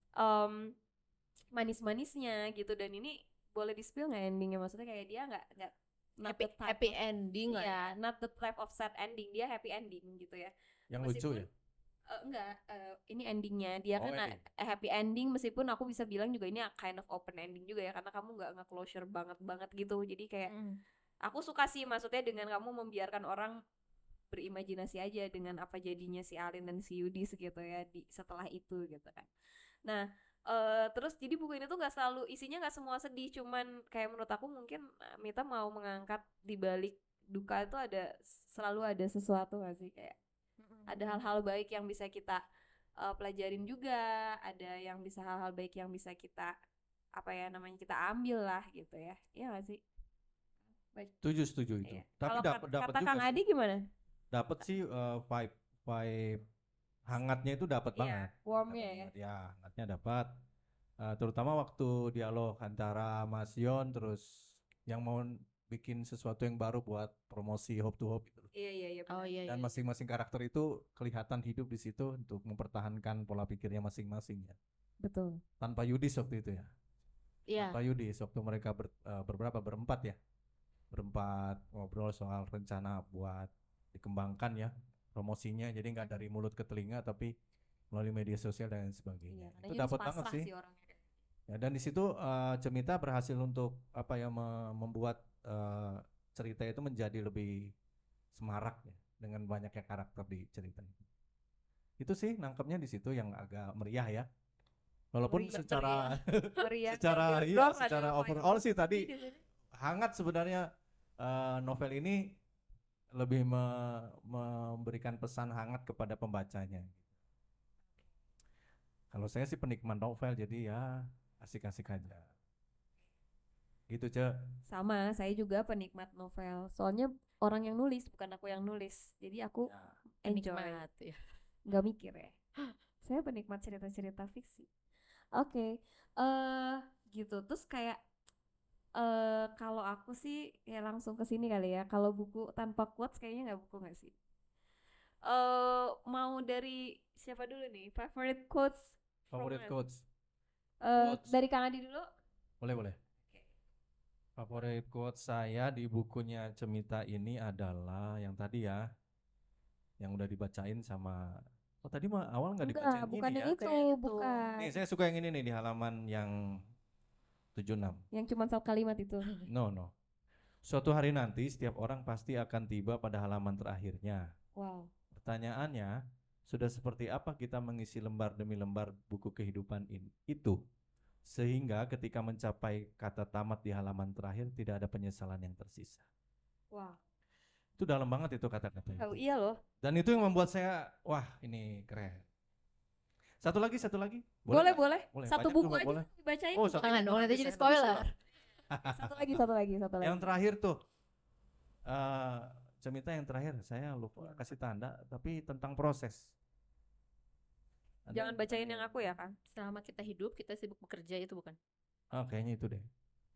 manis-manisnya gitu dan ini boleh di-spill nggak endingnya? Maksudnya kayak dia nggak not the type Happy of- ending lah ya. Iya, not the type of sad ending, dia happy ending gitu ya. Yang lucu ya. Enggak, ini endingnya dia Oh, kan ending. happy ending meskipun aku bisa bilang juga ini kind of open ending juga ya karena kamu nggak closure banget gitu. Jadi kayak aku suka sih maksudnya dengan kamu membiarkan orang berimajinasi aja dengan apa jadinya si Alin dan si Yudis gitu ya setelah itu gitu kan. Nah, terus jadi buku ini tuh nggak selalu isinya nggak semua sedih, cuman kayak menurut aku mungkin Mita mau mengangkat di balik duka itu selalu ada sesuatu nggak sih kayak ada hal-hal baik yang bisa kita pelajarin juga, ada yang bisa hal-hal baik yang bisa kita apa ya namanya kita ambil lah gitu ya, iya nggak sih? Setuju itu. Iya. Tapi Kalau dapat kata juga Kang sih. Adi gimana? Dapat sih vibe hangatnya itu dapat Iya, banget. warmnya Dapat ya. banget. Ya, hangatnya dapat. Terutama waktu dialog antara Mas Yon terus yang mau bikin sesuatu yang baru buat promosi Hope to Hope gitu. Iya Oh benar. iya. Dan masing-masing karakter itu kelihatan hidup di situ untuk mempertahankan pola pikirnya masing-masing ya. Betul. Tanpa Yudis waktu itu ya. Iya. Tanpa Yudis waktu mereka berempat ya. Berempat ngobrol soal rencana buat dikembangkan ya promosinya. Jadi nggak dari mulut ke telinga tapi melalui media sosial dan sebagainya. Iya, Itu dapat banget sih. orangnya. Ya, dan di situ Cemita berhasil untuk apa ya membuat cerita itu menjadi lebih semarak ya dengan banyaknya karakter di cerita itu. Itu sih nangkepnya di situ yang agak meriah ya. Walaupun Meriah, secara Meriah, secara kayak iya, dong, ada secara poin overall sih positif tadi di sini. hangat sebenarnya novel ini lebih memberikan pesan hangat kepada pembacanya. Kalau saya sih penikmat novel jadi ya asik-asik aja. Gitu, Ce. Sama, saya juga penikmat novel. Soalnya orang yang nulis, bukan aku yang nulis. Jadi aku Ya. enjoy, Penikmat ya. nggak mikir ya. Saya penikmat cerita-cerita fiksi. Oke, gitu. Terus kayak kalau aku sih ya langsung ke sini kali ya. Kalau buku tanpa quotes kayaknya nggak sih. Mau dari siapa dulu nih? Favorite quotes? from Favorite us? quotes. Quotes. Dari Kang Adi dulu. Boleh. Favorit quote saya di bukunya Cemita ini adalah yang tadi ya, yang udah dibacain sama. Oh tadi mah awal nggak Enggak, dibacain bukan ini yang ya. itu, Kayak gitu. bukan. Nih saya suka yang ini nih di halaman yang 76. Yang cuma satu kalimat itu. No. Suatu hari nanti setiap orang pasti akan tiba pada halaman terakhirnya. Wow. Pertanyaannya, sudah seperti apa kita mengisi lembar demi lembar buku kehidupan itu? Sehingga ketika mencapai kata tamat di halaman terakhir tidak ada penyesalan yang tersisa. Wow. Itu dalam banget itu kata-katanya. Oh iya loh. Dan itu yang membuat saya, wah ini keren. Satu lagi. Boleh. nggak? Boleh. Satu Banyak buku juga aja boleh. dibacain. Oh, satu Jangan buku dong, nanti saya jadi nggak bisa. spoiler. Satu lagi. Yang terakhir tuh, Cemita yang terakhir, saya lupa kasih tanda, tapi tentang proses. Ada Jangan bacain yang aku ya, Kang. Selama kita hidup, kita sibuk bekerja itu bukan? Oh, kayaknya itu deh.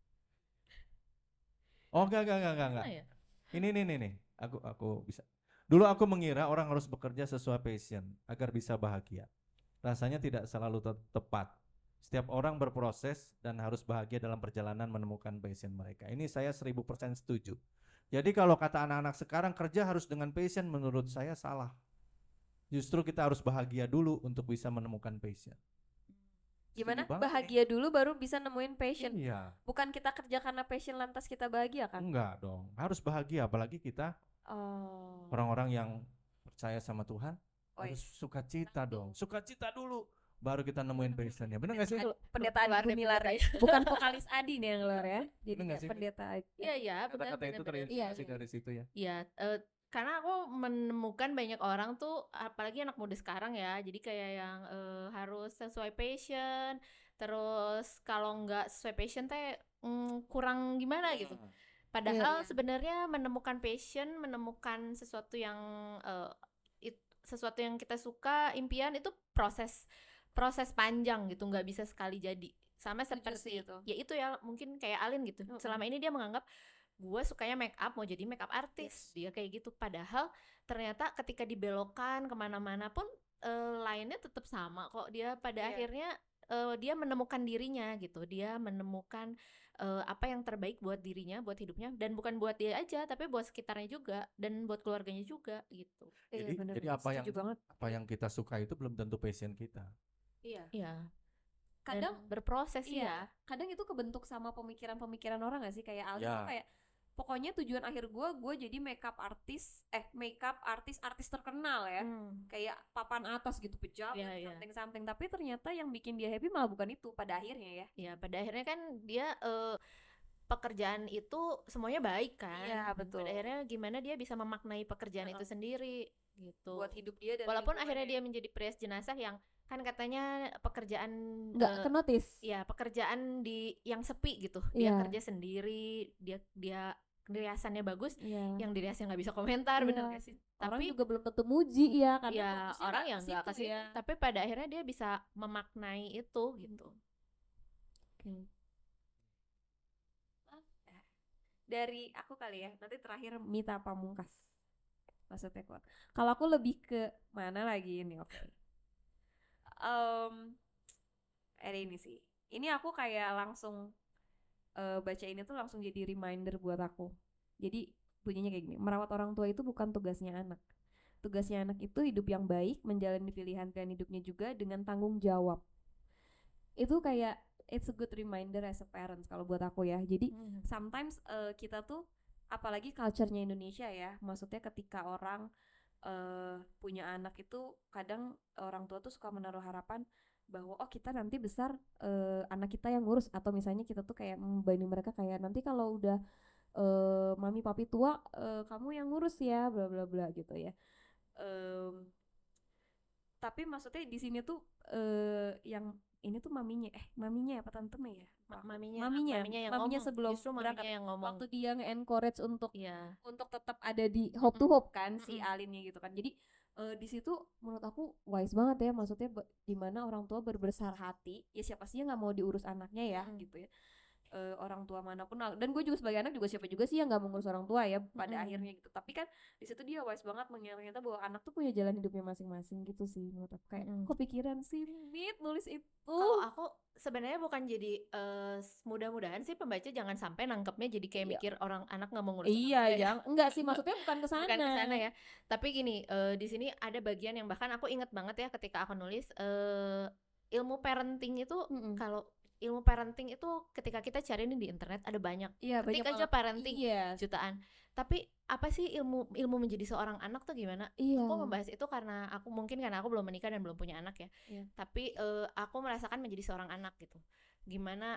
Oh, enggak. Mana ya? Ini nih. Aku bisa. Dulu aku mengira orang harus bekerja sesuai passion agar bisa bahagia. Rasanya tidak selalu tepat. Setiap orang berproses dan harus bahagia dalam perjalanan menemukan passion mereka. Ini saya 1000% setuju. Jadi kalau kata anak-anak sekarang kerja harus dengan passion, menurut saya salah. Justru kita harus bahagia dulu untuk bisa menemukan passion. Gimana? Setuju banget nih. Bahagia dulu baru bisa nemuin passion. Iya, Bukan kita kerja karena passion lantas kita bahagia kan? enggak dong. Harus bahagia, apalagi kita Oh. orang-orang yang percaya sama Tuhan. Oh, Harus iya. sukacita dong. Sukacita dulu baru kita nemuin passionnya. Bener gak sih? Pendeta Adi Keluar deh, Gumilar. pendeta. Bukan vokalis Adi nih yang keluar ya. Jadi Bener nggak kayak sih? pendeta Adi. Iya, Kata-kata itu benar. terinspirasi Iya. dari situ ya. Iya, karena aku menemukan banyak orang tuh, apalagi anak muda sekarang ya, jadi kayak yang harus sesuai passion, terus kalau nggak sesuai passion teh kurang gimana gitu. Padahal Iya. sebenarnya menemukan passion, menemukan sesuatu yang sesuatu yang kita suka, impian itu proses panjang gitu, nggak bisa sekali jadi. Sama Setuju seperti sih itu. ya itu ya mungkin kayak Alin gitu. Selama ini dia menganggap gue sukanya make up, mau jadi make up artist, dia kayak gitu. Padahal ternyata ketika dibelokkan kemana-mana pun lainnya tetap sama kok. Dia pada akhirnya dia menemukan dirinya gitu. Dia menemukan apa yang terbaik buat dirinya, buat hidupnya, dan bukan buat dia aja, tapi buat sekitarnya juga dan buat keluarganya juga gitu. Jadi, bener, jadi apa yang setuju banget. apa yang kita suka itu belum tentu passion kita. Iya. Iya. Kadang Dan berproses iya. ya. Kadang itu kebentuk sama pemikiran-pemikiran orang gak sih? Kayak Aldi Ya. tuh kayak pokoknya tujuan akhir gue jadi makeup artis terkenal ya. Kayak papan atas gitu, pejabat, Iya. something. Tapi ternyata yang bikin dia happy malah bukan itu pada akhirnya ya. Ya, pada akhirnya kan dia pekerjaan itu semuanya baik kan. Iya, betul. Pada akhirnya gimana dia bisa memaknai pekerjaan itu sendiri gitu. Buat hidup dia dan Walaupun lingkungannya. akhirnya dia menjadi perias jenazah yang kan katanya pekerjaan Nggak kenotis. ya pekerjaan di yang sepi gitu. Dia Iya. kerja sendiri, dia riasannya bagus, Iya. yang diriasnya nggak bisa komentar, Iya. bener gak sih? Orang Tapi juga belum tentu muji ya karena ya fokusnya orang nggak yang ke nggak situ kasih, ya. tapi pada akhirnya dia bisa memaknai itu gitu. Oke. Dari aku kali ya, nanti terakhir Mita Pamungkas. Maksudnya kuat. Kalau aku lebih ke mana lagi ini, oke. Ini sih. Ini aku kayak langsung baca ini tuh langsung jadi reminder buat aku. Jadi bunyinya kayak gini, merawat orang tua itu bukan tugasnya anak. Tugasnya anak itu hidup yang baik, menjalani pilihan-pilihan hidupnya juga dengan tanggung jawab. Itu kayak it's a good reminder as a parents kalau buat aku ya. Jadi sometimes kita tuh apalagi culture-nya Indonesia ya, maksudnya ketika orang punya anak itu kadang orang tua tuh suka menaruh harapan bahwa oh kita nanti besar anak kita yang ngurus, atau misalnya kita tuh kayak membanding mereka kayak nanti kalau udah mami papi tua kamu yang ngurus ya bla bla bla gitu ya. Tapi maksudnya di sini tuh yang ini tuh maminya apa tantemnya ya? Maminya yang maminya ngomong. sebelum Justru berangkat. maminya yang ngomong. Waktu dia nge-encourage untuk Iya. tetap ada di hope to hope kan si Alinnya gitu kan. Jadi di situ menurut aku wise banget ya, maksudnya di mana orang tua berbesar hati, ya siapa sih yang nggak mau diurus anaknya ya gitu ya. orang tua manapun. Dan gue juga sebagai anak juga siapa juga sih yang nggak mengurus orang tua ya pada Mm-mm. akhirnya gitu. Tapi kan di situ dia wise banget mengingat ternyata bahwa anak tuh Punya jalan hidupnya masing-masing gitu sih menurut aku. Kayak Mm-mm. kepikiran sih Mit nulis itu. Kalau aku sebenarnya bukan jadi mudah-mudahan sih pembaca jangan sampai nangkepnya jadi kayak Iya. mikir orang anak nggak mau ngurus Iya, orang tua ya. enggak sih maksudnya bukan ke sana. Bukan ke sana ya. Tapi gini, di sini ada bagian yang bahkan aku inget banget ya ketika aku nulis ilmu parenting itu. Mm-mm. Kalau ilmu parenting itu ketika kita cari ini di internet ada banyak. Iya, Ketik banyak aja banget. parenting Iya. jutaan. Tapi apa sih ilmu menjadi seorang anak tuh gimana? Iya. Aku membahas itu karena aku belum menikah dan belum punya anak ya. Iya. Tapi aku merasakan menjadi seorang anak gitu. Gimana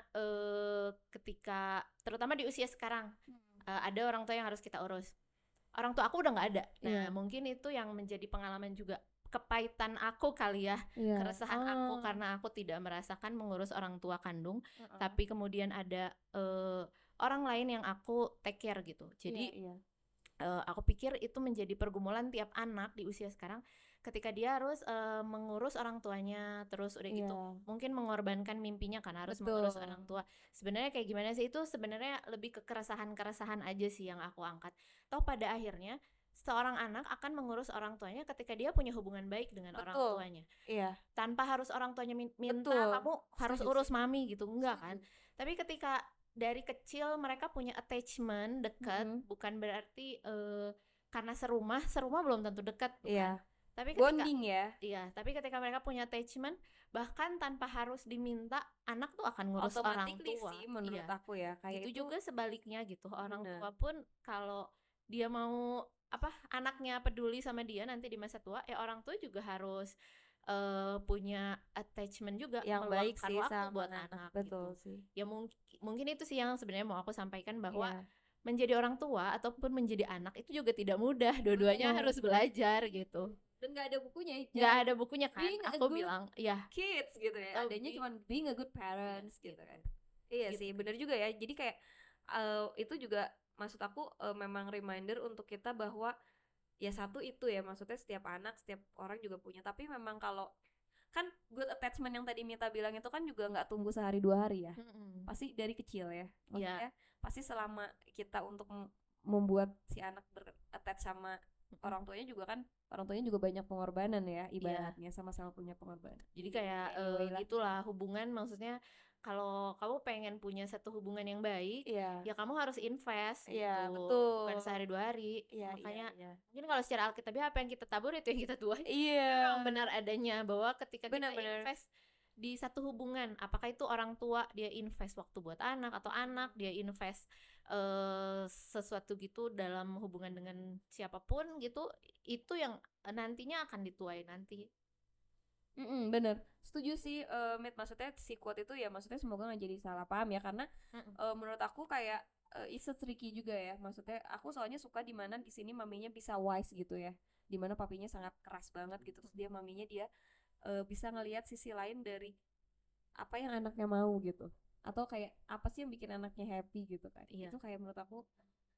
ketika terutama di usia sekarang ada orang tua yang harus kita urus. Orang tua aku udah nggak ada. Nah, Iya. mungkin itu yang menjadi pengalaman juga kepahitan aku kali ya, Iya. keresahan aku karena aku tidak merasakan mengurus orang tua kandung, tapi kemudian ada orang lain yang aku take care gitu. Jadi iya. aku pikir itu menjadi pergumulan tiap anak di usia sekarang ketika dia harus mengurus orang tuanya, terus udah gitu mungkin mengorbankan mimpinya karena harus mengurus orang tua. Sebenarnya kayak gimana sih, itu sebenarnya lebih ke keresahan aja sih yang aku angkat. Toh pada akhirnya seorang anak akan mengurus orang tuanya ketika dia punya hubungan baik dengan orang tuanya. Iya. Tanpa harus orang tuanya minta Betul. kamu harus Setuju urus mami gitu, enggak kan? Tapi ketika dari kecil mereka punya attachment dekat, bukan berarti karena serumah belum tentu dekat, bukan? Iya. Tapi ketika Bonding ya. Iya, tapi ketika mereka punya attachment, bahkan tanpa harus diminta, anak tuh akan ngurus orang Automatically tua. sih menurut Iya. aku ya. Kayak Itu juga sebaliknya gitu. Orang Bener. tua pun kalau dia mau anaknya peduli sama dia nanti di masa tua, ya orang tua juga harus punya attachment juga, yang baik meluangkan sih waktu sama buat anak. anak Betul gitu. sih. Ya mungkin itu sih yang sebenarnya mau aku sampaikan, bahwa Iya. menjadi orang tua ataupun menjadi anak itu juga tidak mudah. Dua-duanya Betul. harus belajar gitu. Dan nggak ada bukunya. Nggak ada bukunya kan? Being a Aku good bilang, ya. Kids gitu ya. Adanya cuma being a good parents gitu kan. Iya Gitu. sih, benar juga ya. Jadi kayak itu juga maksud aku memang reminder untuk kita bahwa ya satu itu ya, maksudnya setiap anak, setiap orang juga punya. Tapi memang kalau kan good attachment yang tadi Mita bilang itu kan juga nggak tumbuh sehari 2 hari ya. Pasti dari kecil ya. Maksudnya pasti selama kita untuk membuat si anak berattach sama orang tuanya juga kan, orang tuanya juga banyak pengorbanan ya, ibaratnya sama-sama punya pengorbanan. Jadi kayak Anyway lah. gitulah hubungan, maksudnya kalau kamu pengen punya satu hubungan yang baik, Iya. ya kamu harus invest Iya, gitu. betul. Bukan sehari 2 hari. Iya, Makanya iya. mungkin kalau secara alkitabiah apa yang kita tabur itu yang kita tuai. Iya. Memang benar adanya bahwa ketika kita Benar-benar. invest di satu hubungan, apakah itu orang tua dia invest waktu buat anak, atau anak dia invest sesuatu gitu dalam hubungan dengan siapapun gitu, itu yang nantinya akan dituai nanti. Bener, setuju sih, Mit. Maksudnya si quote itu ya, maksudnya semoga nggak jadi salah paham ya, karena menurut aku kayak it's a tricky juga ya. Maksudnya aku soalnya suka di mana di sini maminya bisa wise gitu ya, di mana papinya sangat keras banget gitu, terus maminya dia bisa ngelihat sisi lain dari apa yang anaknya mau gitu, atau kayak apa sih yang bikin anaknya happy gitu kan. Iya. Itu kayak menurut aku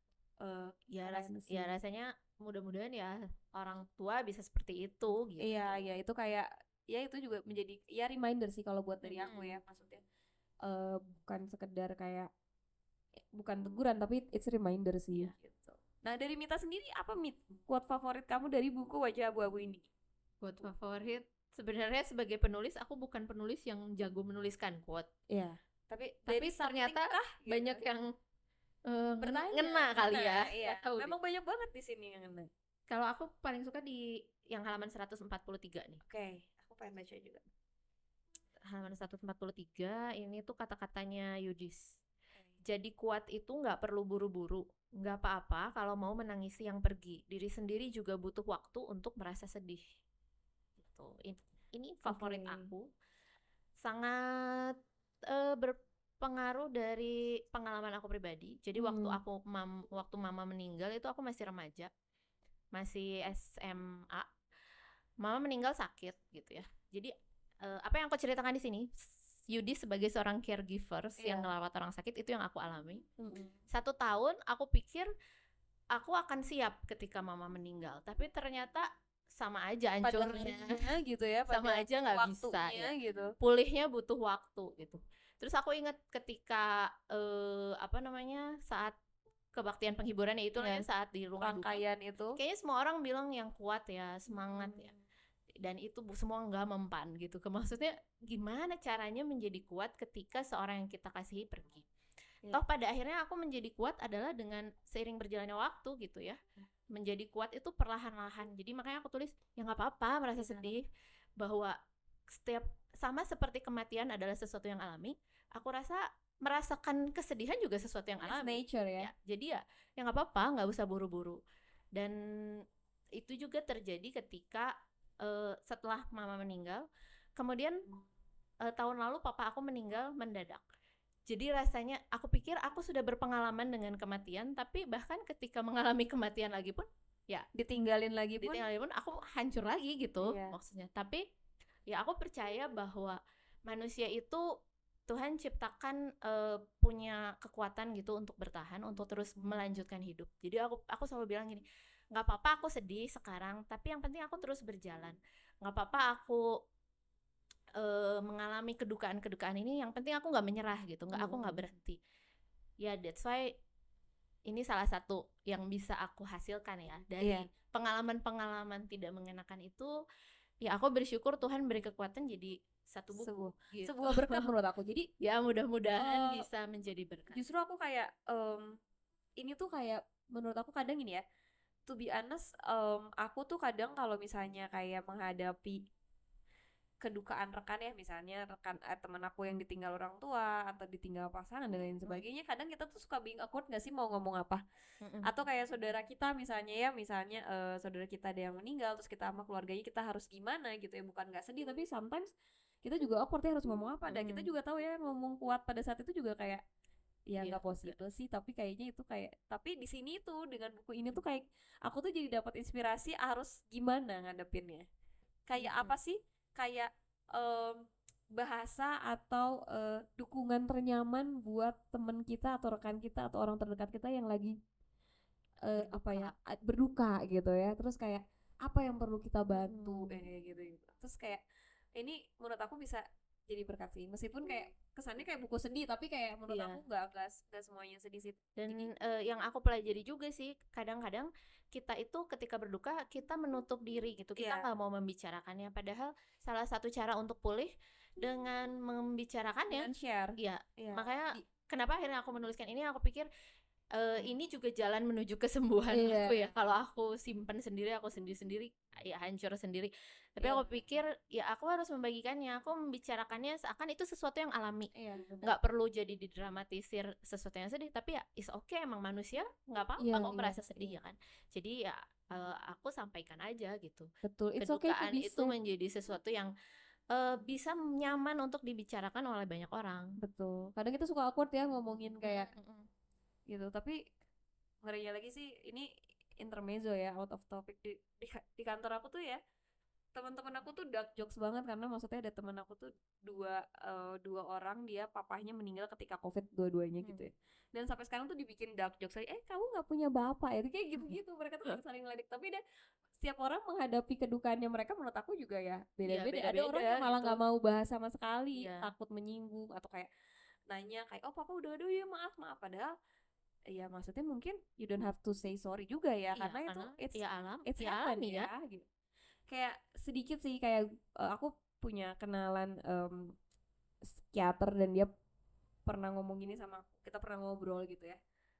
Ya rasanya mudah-mudahan ya orang tua bisa seperti itu gitu. Iya, ya itu kayak ya itu juga menjadi ya reminder sih kalau buat dari aku ya, maksudnya bukan sekedar kayak bukan teguran tapi it's reminder sih gitu. Nah, dari Mita sendiri apa quote favorit kamu dari buku Wajah Abu-Abu ini? Quote favorit, sebenarnya sebagai penulis aku bukan penulis yang jago menuliskan quote. Iya. Tapi dari ternyata gitu. banyak yang Bertanya, ngena kali ya. Iya. Nggak tahu deh. Memang banyak banget di sini yang ngena. Kalau aku paling suka di yang halaman 143 nih. Oke, aku pengen baca juga. Halaman 143 ini tuh kata-katanya Yudis. Jadi kuat itu nggak perlu buru-buru, nggak apa-apa kalau mau menangisi yang pergi. Diri sendiri juga butuh waktu untuk merasa sedih. Gitu. Ini favorit aku. Sangat berpengaruh dari pengalaman aku pribadi. Jadi waktu mama meninggal itu aku masih remaja, masih SMA. Mama meninggal sakit gitu ya. Jadi apa yang aku ceritakan di sini, Yudi sebagai seorang caregivers yang ngelawat orang sakit, itu yang aku alami. 1 tahun aku pikir aku akan siap ketika mama meninggal, tapi ternyata sama aja hancurnya gitu ya, sama aja nggak bisa ya gitu. pulihnya butuh waktu gitu. Terus aku ingat ketika apa namanya, saat kebaktian penghiburan ya itulah ya, saat di rumah duka, Rangkaian itu. kayaknya semua orang bilang yang kuat ya, semangat ya, dan itu semua nggak mempan gitu. Maksudnya gimana caranya menjadi kuat ketika seorang yang kita kasihi pergi. Toh pada akhirnya aku menjadi kuat adalah dengan seiring berjalannya waktu gitu ya. Menjadi kuat itu perlahan-lahan. Jadi makanya aku tulis ya nggak apa-apa merasa sedih, bahwa setiap sama seperti kematian adalah sesuatu yang alami. Aku rasa merasakan kesedihan juga sesuatu yang It's alami. nature ya. Jadi ya nggak apa-apa, nggak usah buru-buru. Dan itu juga terjadi ketika setelah mama meninggal. Kemudian tahun lalu papa aku meninggal mendadak. Jadi rasanya aku pikir aku sudah berpengalaman dengan kematian, tapi bahkan ketika mengalami kematian lagi pun ya Ditinggalin lagi pun. aku hancur lagi gitu Iya. maksudnya. Tapi ya aku percaya bahwa manusia itu Tuhan ciptakan punya kekuatan gitu untuk bertahan, untuk terus melanjutkan hidup. Jadi aku selalu bilang gini, nggak apa-apa aku sedih sekarang, tapi yang penting aku terus berjalan. Nggak apa-apa aku mengalami kedukaan ini, yang penting aku nggak menyerah gitu, aku nggak berhenti. Ya that's why ini salah satu yang bisa aku hasilkan ya dari pengalaman-pengalaman tidak mengenakan itu. Ya aku bersyukur Tuhan beri kekuatan jadi satu buku gitu. Sebuah berkat menurut aku. Jadi ya mudah-mudahan bisa menjadi berkat. Justru aku kayak ini tuh kayak menurut aku kadang ini ya, to be honest, aku tuh kadang kalau misalnya kayak menghadapi kedukaan rekan ya, misalnya rekan teman aku yang ditinggal orang tua atau ditinggal pasangan dan lain sebagainya, kadang kita tuh suka being awkward gak sih mau ngomong apa. Atau kayak saudara kita misalnya ya, saudara kita ada yang meninggal, terus kita sama keluarganya kita harus gimana gitu ya, bukan gak sedih tapi sometimes kita juga awkward ya harus ngomong apa. Dan kita juga tahu ya ngomong kuat pada saat itu juga kayak ya nggak possible sih, tapi kayaknya itu kayak, tapi di sini tuh dengan buku ini tuh kayak aku tuh jadi dapat inspirasi harus gimana ngadepinnya, kayak apa sih, kayak bahasa atau dukungan ternyaman buat teman kita atau rekan kita atau orang terdekat kita yang lagi berduka gitu ya. Terus kayak apa yang perlu kita bantu gitu. Terus kayak ini menurut aku bisa jadi berkat sih, meskipun kayak kesannya kayak buku sedih, tapi kayak menurut aku nggak semuanya sedih sih. Dan yang aku pelajari juga sih, kadang-kadang kita itu ketika berduka kita menutup diri gitu, kita nggak mau membicarakannya, padahal salah satu cara untuk pulih dengan membicarakannya, dengan share. Makanya kenapa akhirnya aku menuliskan ini, aku pikir ini juga jalan menuju kesembuhan aku ya. Kalau aku simpan sendiri, aku sendiri ya hancur sendiri. Tapi aku pikir ya aku harus membagikannya, aku membicarakannya seakan itu sesuatu yang alami. Nggak perlu jadi didramatisir sesuatu yang sedih, tapi ya is okay, emang manusia nggak apa-apa kok merasa sedih ya kan. Jadi ya aku sampaikan aja gitu. Betul, kedukaan itu menjadi sesuatu yang bisa nyaman untuk dibicarakan oleh banyak orang. Betul. Kadang kita suka awkward ya ngomongin kayak gitu, tapi ngerinya lagi sih ini intermezzo ya, out of topic. Di kantor aku tuh ya, teman-teman aku tuh dark jokes banget, karena maksudnya ada teman aku tuh dua orang, dia papahnya meninggal ketika COVID dua-duanya gitu ya, dan sampai sekarang tuh dibikin dark jokes lagi, kamu nggak punya bapak ya, kayak gitu-gitu. Mereka tuh saling ngeledek, tapi deh setiap orang menghadapi kedukaannya mereka menurut aku juga ya beda-beda. Ada orang yang malah nggak mau bahas sama sekali, takut menyinggung, atau kayak nanya kayak, oh papa udah ya maaf, padahal ya maksudnya mungkin you don't have to say sorry juga ya, karena itu it's alami ya gitu. Kayak sedikit sih, kayak aku punya kenalan psikiater dan dia pernah ngomong gini sama aku, kita pernah ngobrol gitu ya,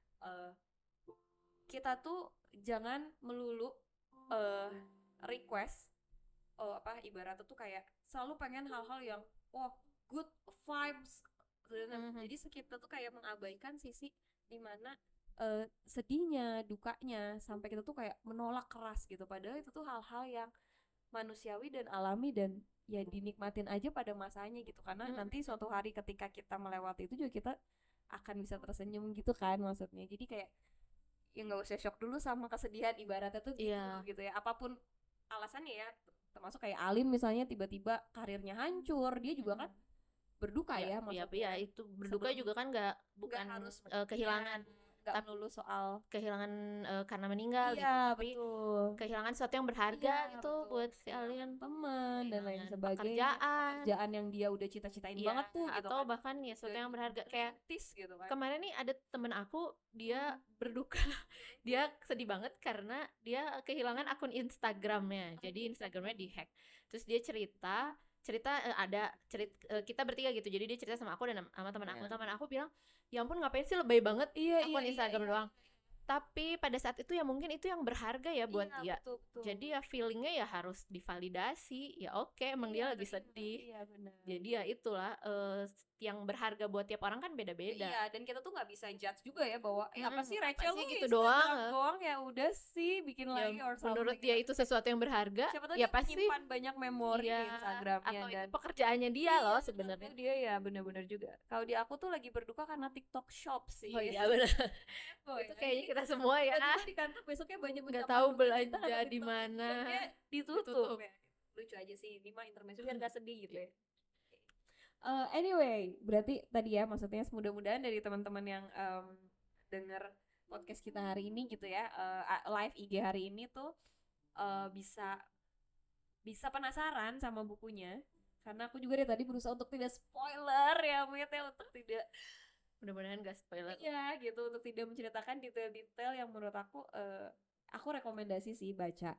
kita tuh jangan melulu request ibaratnya tuh kayak selalu pengen hal-hal yang good vibes. Jadi kita tuh kayak mengabaikan sisi dimana sedihnya, dukanya, sampai kita tuh kayak menolak keras gitu. Padahal itu tuh hal-hal yang manusiawi dan alami, dan ya dinikmatin aja pada masanya gitu. Karena nanti suatu hari ketika kita melewati itu juga kita akan bisa tersenyum gitu kan maksudnya. Jadi kayak ya nggak usah shock dulu sama kesedihan, ibaratnya tuh gitu ya. Apapun alasannya ya, termasuk kayak Alim misalnya tiba-tiba karirnya hancur, dia juga kan berduka ya maksudnya. Iya, itu berduka juga kan bukan harus kehilangan nggak melulu soal kehilangan karena meninggal gitu, iya tapi betul kehilangan sesuatu yang berharga iya gitu betul buat si Alien. teman dan lain Kehilangan sebagainya pekerjaan, pekerjaan yang dia udah cita-citain iya, banget tuh gitu atau kan bahkan ya sesuatu udah yang berharga kayak dirintis gitu kan kemarin nih ada temen aku dia berduka dia sedih banget karena dia kehilangan akun Instagramnya, jadi Instagramnya dihack. Terus dia cerita kita bertiga gitu, jadi dia cerita sama aku dan sama teman aku bilang ya ampun ngapain sih lebay banget iya akun Instagram doang. Tapi pada saat itu ya mungkin itu yang berharga ya buat dia. betul, betul. Jadi ya feelingnya ya harus divalidasi. Ya oke, emang dia lagi sedih. Iya benar. Jadi ya itulah yang berharga buat tiap orang kan beda-beda. Iya, dan kita tuh nggak bisa judge juga ya bahwa apa sih apa receh sih lu gitu Instagram doang. doang ya udah sih bikin Ya, lagi or menurut something dia gitu. itu sesuatu yang berharga, Siapa tahu ya dia pasti menyimpan banyak memori di iya, Instagramnya atau dan itu pekerjaannya dia iya, loh itu sebenarnya. dia ya benar-benar juga. Kalau di aku tuh lagi berduka karena TikTok Shop sih. Oh iya benar. Itu kayaknya kita semua ya. Tiba-tiba di kantor besoknya banyak Nggak ucapan tahu duka kita belanja karena di TikTok mana. Shopnya ditutup. Ditutup. Ya. Lucu aja sih, ini mah intermezzo biar gak sedih gitu ya. Anyway, Berarti tadi ya maksudnya mudah-mudahan dari teman-teman yang denger podcast kita hari ini gitu ya, live IG hari ini tuh bisa penasaran sama bukunya karena aku juga dari tadi berusaha untuk tidak spoiler ya Mit ya, untuk tidak Mudah-mudahan gak spoiler. ya gitu, untuk tidak menceritakan detail-detail yang menurut aku rekomendasi sih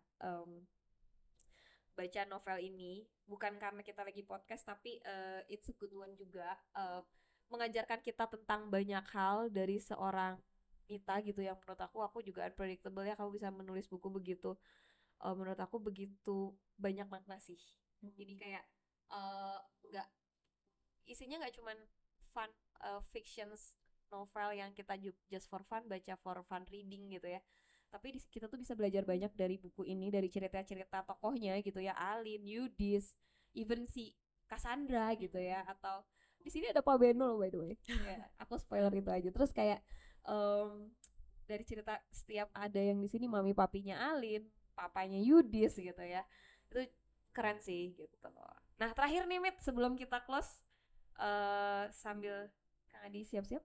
baca novel ini, bukan karena kita lagi podcast tapi it's a good one juga, mengajarkan kita tentang banyak hal dari seorang Mita gitu yang menurut aku juga unpredictable ya, kamu bisa menulis buku begitu, menurut aku begitu banyak makna sih. Jadi kayak nggak isinya nggak cuman fun fictions novel yang kita just for fun baca for fun reading gitu ya, tapi kita tuh bisa belajar banyak dari buku ini, dari cerita-cerita tokohnya gitu ya, Alin, Yudis, even si Cassandra gitu ya, atau di sini ada Pak Beno loh by the way. Ya, aku spoiler itu aja. Terus kayak dari cerita setiap ada yang di sini mami papinya Alin, papanya Yudis gitu ya, itu keren sih gitu. Nah terakhir nih Mit, sebelum kita close, sambil Kang Adi siap-siap,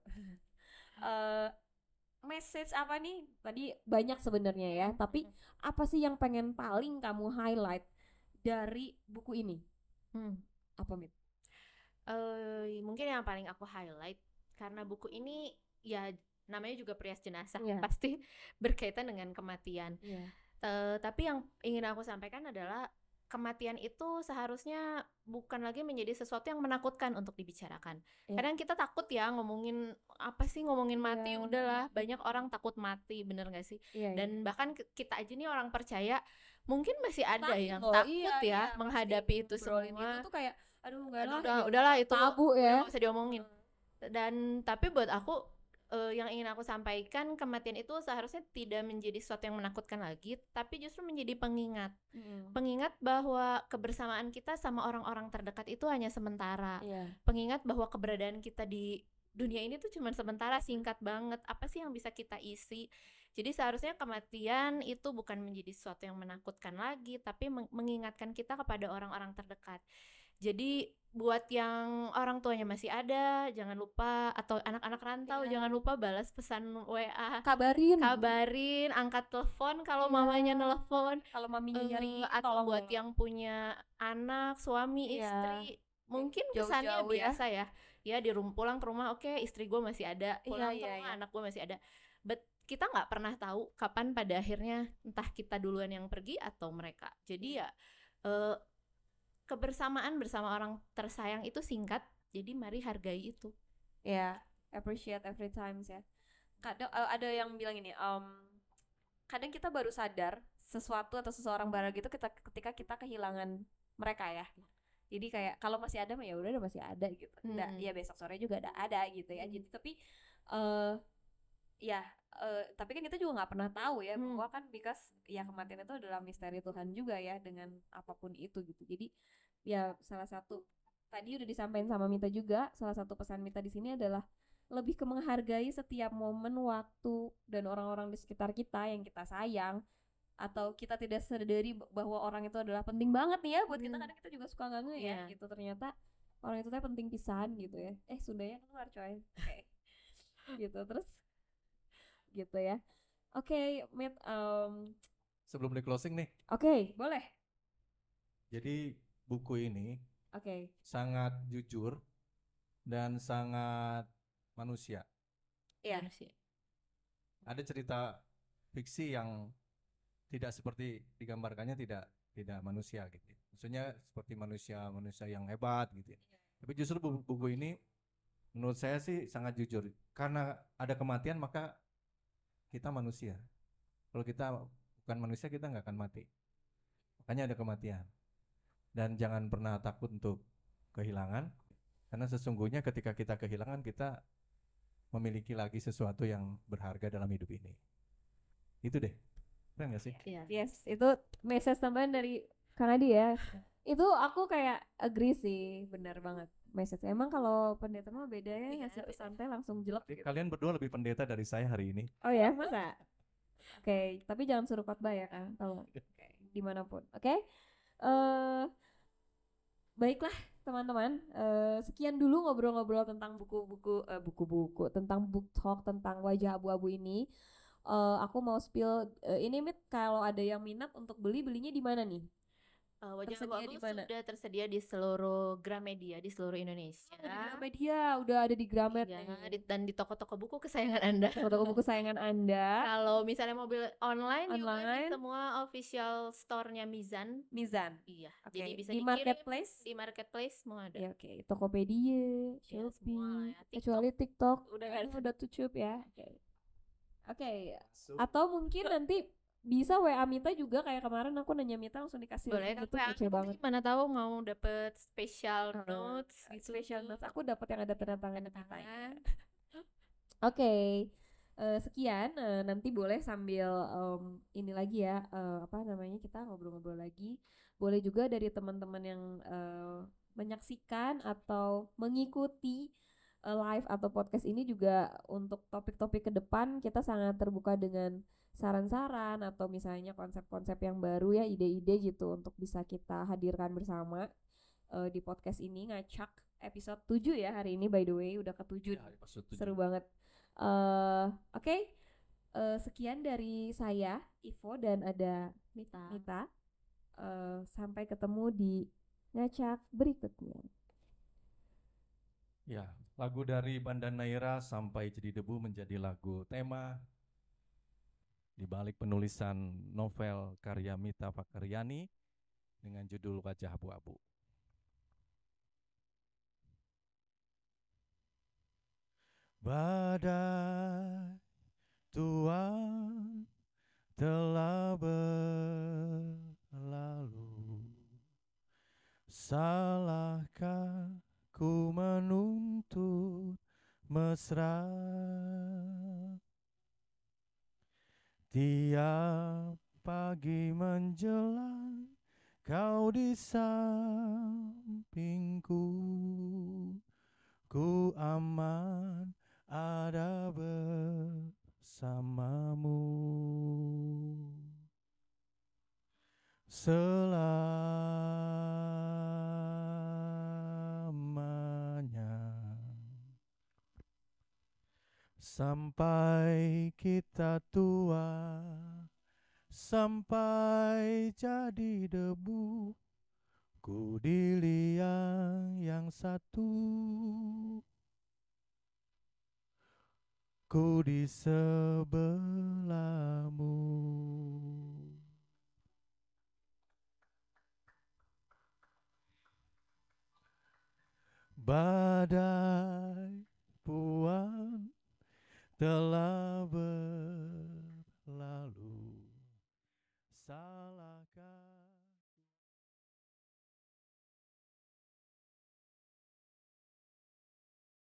message apa nih? Tadi banyak sebenarnya ya, tapi apa sih yang pengen paling kamu highlight dari buku ini? Apa Mit? Mungkin yang paling aku highlight karena buku ini ya namanya juga Perias Jenazah, Iya. pasti berkaitan dengan kematian. Iya. Tapi yang ingin aku sampaikan adalah kematian itu seharusnya bukan lagi menjadi sesuatu yang menakutkan untuk dibicarakan. Iya. Kadang kita takut ya ngomongin apa sih, ngomongin mati, Iya. udahlah, banyak orang takut mati, bener gak sih? Iya, Dan bahkan kita aja nih orang percaya mungkin masih ada Takut yang loh, takut iya, ya pasti menghadapi itu ngobrolin semua. itu tuh kayak aduh enggak Aduh, lah udah, gitu. udahlah itu tabu ya. nggak usah diomongin. Dan tapi buat aku yang ingin aku sampaikan, kematian itu seharusnya tidak menjadi sesuatu yang menakutkan lagi, tapi justru menjadi pengingat. Pengingat bahwa kebersamaan kita sama orang-orang terdekat itu hanya sementara. Iya. Pengingat bahwa keberadaan kita di dunia ini tuh cuma sementara, singkat banget. Apa sih yang bisa kita isi? Jadi seharusnya kematian itu bukan menjadi sesuatu yang menakutkan lagi, tapi mengingatkan kita kepada orang-orang terdekat. Jadi buat yang orang tuanya masih ada, jangan lupa, atau anak-anak rantau, Iya. jangan lupa balas pesan WA, Kabarin. angkat telepon kalau Iya. mamanya nelpon, Kalau maminya nyariin atau tolong buat dong. yang punya anak, suami, Iya. istri, mungkin kesannya jauh-jauh ya. biasa ya pulang ke rumah, oke, istri gue masih ada, pulang ke Iya, rumah iya. anak gue masih ada, but kita nggak pernah tahu kapan pada akhirnya entah kita duluan yang pergi atau mereka. Jadi ya kebersamaan bersama orang tersayang itu singkat, jadi mari hargai itu. Ya, appreciate every times ya. Kadang ada yang bilang ini, kadang kita baru sadar sesuatu atau seseorang baru gitu ketika kita kehilangan mereka ya. Jadi kayak kalau masih ada mah ya udah masih ada gitu. Ya besok sore juga ada gitu ya. Jadi tapi tapi kan kita juga nggak pernah tahu ya, bahwa kan because ya kematian itu adalah misteri Tuhan juga ya, dengan apapun itu gitu. Jadi ya salah satu tadi udah disampaikan sama Mita juga, salah satu pesan Mita di sini adalah lebih ke menghargai setiap momen, waktu, dan orang-orang di sekitar kita yang kita sayang, atau kita tidak sadari bahwa orang itu adalah penting banget nih ya buat kita. Kadang kita juga suka nggak nge ya gitu, ternyata orang itu tuh penting pisan gitu ya. Sundanya keluar coy. Oke. Gitu. Terus gitu ya. Oke, Mit, Sebelum di closing nih, oke, boleh. jadi buku ini Oke. sangat jujur dan sangat manusia. Iya. Manusia. Ada cerita fiksi yang tidak seperti digambarkannya, tidak manusia gitu. Maksudnya seperti manusia yang hebat gitu. Tapi justru buku ini menurut saya sih sangat jujur. Karena ada kematian maka kita manusia. Kalau kita bukan manusia kita nggak akan mati. Makanya ada kematian. Dan jangan pernah takut untuk kehilangan. Karena sesungguhnya ketika kita kehilangan kita memiliki lagi sesuatu yang berharga dalam hidup ini. Itu deh. Keren gak sih? Iya. Yes, itu message tambahan dari Kang Adi ya. Itu aku kayak agree sih, benar banget. Message. Emang kalau pendeta mah beda ya, Iya, ngasih beda. pesan teh langsung jelek Jadi gitu. kalian berdua lebih pendeta dari saya hari ini. Oh ya, masa? Oke, tapi jangan suruh khotbah ya Kang, kalau dimanapun. Oke. Baiklah teman-teman, sekian dulu ngobrol-ngobrol tentang buku-buku, tentang book talk, tentang wajah abu-abu ini. Aku mau spill ini Mit, kalau ada yang minat untuk belinya di mana nih? Wajah Tersedia Abu-Abu di mana? sudah tersedia di seluruh Gramedia di seluruh Indonesia. Ada di Gramedia, udah ada di Gramet Iya, nih. dan di toko-toko buku kesayangan Anda. Toko buku kesayangan Anda. Kalau misalnya mobil online juga di Online. semua official store-nya Mizan. Mizan. Iya, Oke, jadi bisa di dikirim marketplace. di marketplace semua ada. Ya oke, Tokopedia, Ya, semua Shopee, ya. kecuali TikTok Udah nggak ada. udah tutup ya. Oke. Oke, Masuk. atau mungkin nanti bisa WA Mita juga kayak kemarin aku nanya Mita langsung dikasih Boleh link kan gitu, WA kece aku, banget. mana tahu mau dapet special notes gitu. Special notes aku dapat yang ada tanda tangan Tanda Mitanya. tangan. Oke, sekian. Nanti boleh sambil ini lagi ya, apa namanya, kita ngobrol-ngobrol lagi. Boleh juga dari teman-teman yang menyaksikan atau mengikuti live atau podcast ini juga untuk topik-topik ke depan kita sangat terbuka dengan saran-saran atau misalnya konsep-konsep yang baru ya, ide-ide gitu untuk bisa kita hadirkan bersama di podcast ini ngacak episode 7 ya hari ini, by the way udah ke-7. Ya, episode 7. Seru banget. Oke. Sekian dari saya Ivo dan ada Mita. Sampai ketemu di ngacak berikutnya. Ya, lagu dari Banda Naira Sampai Jadi Debu menjadi lagu tema di balik penulisan novel karya Mita Fakaryani dengan judul Wajah Abu-Abu. Badai tuan telah berlalu, salahkah ku menuntut mesra? Tiap pagi menjelang kau di sampingku, ku aman ada bersamamu. Selamanya sampai kita tua, sampai jadi debu, ku di liang yang satu, ku di sebelahmu. Badai puan telah berlalu, salahkah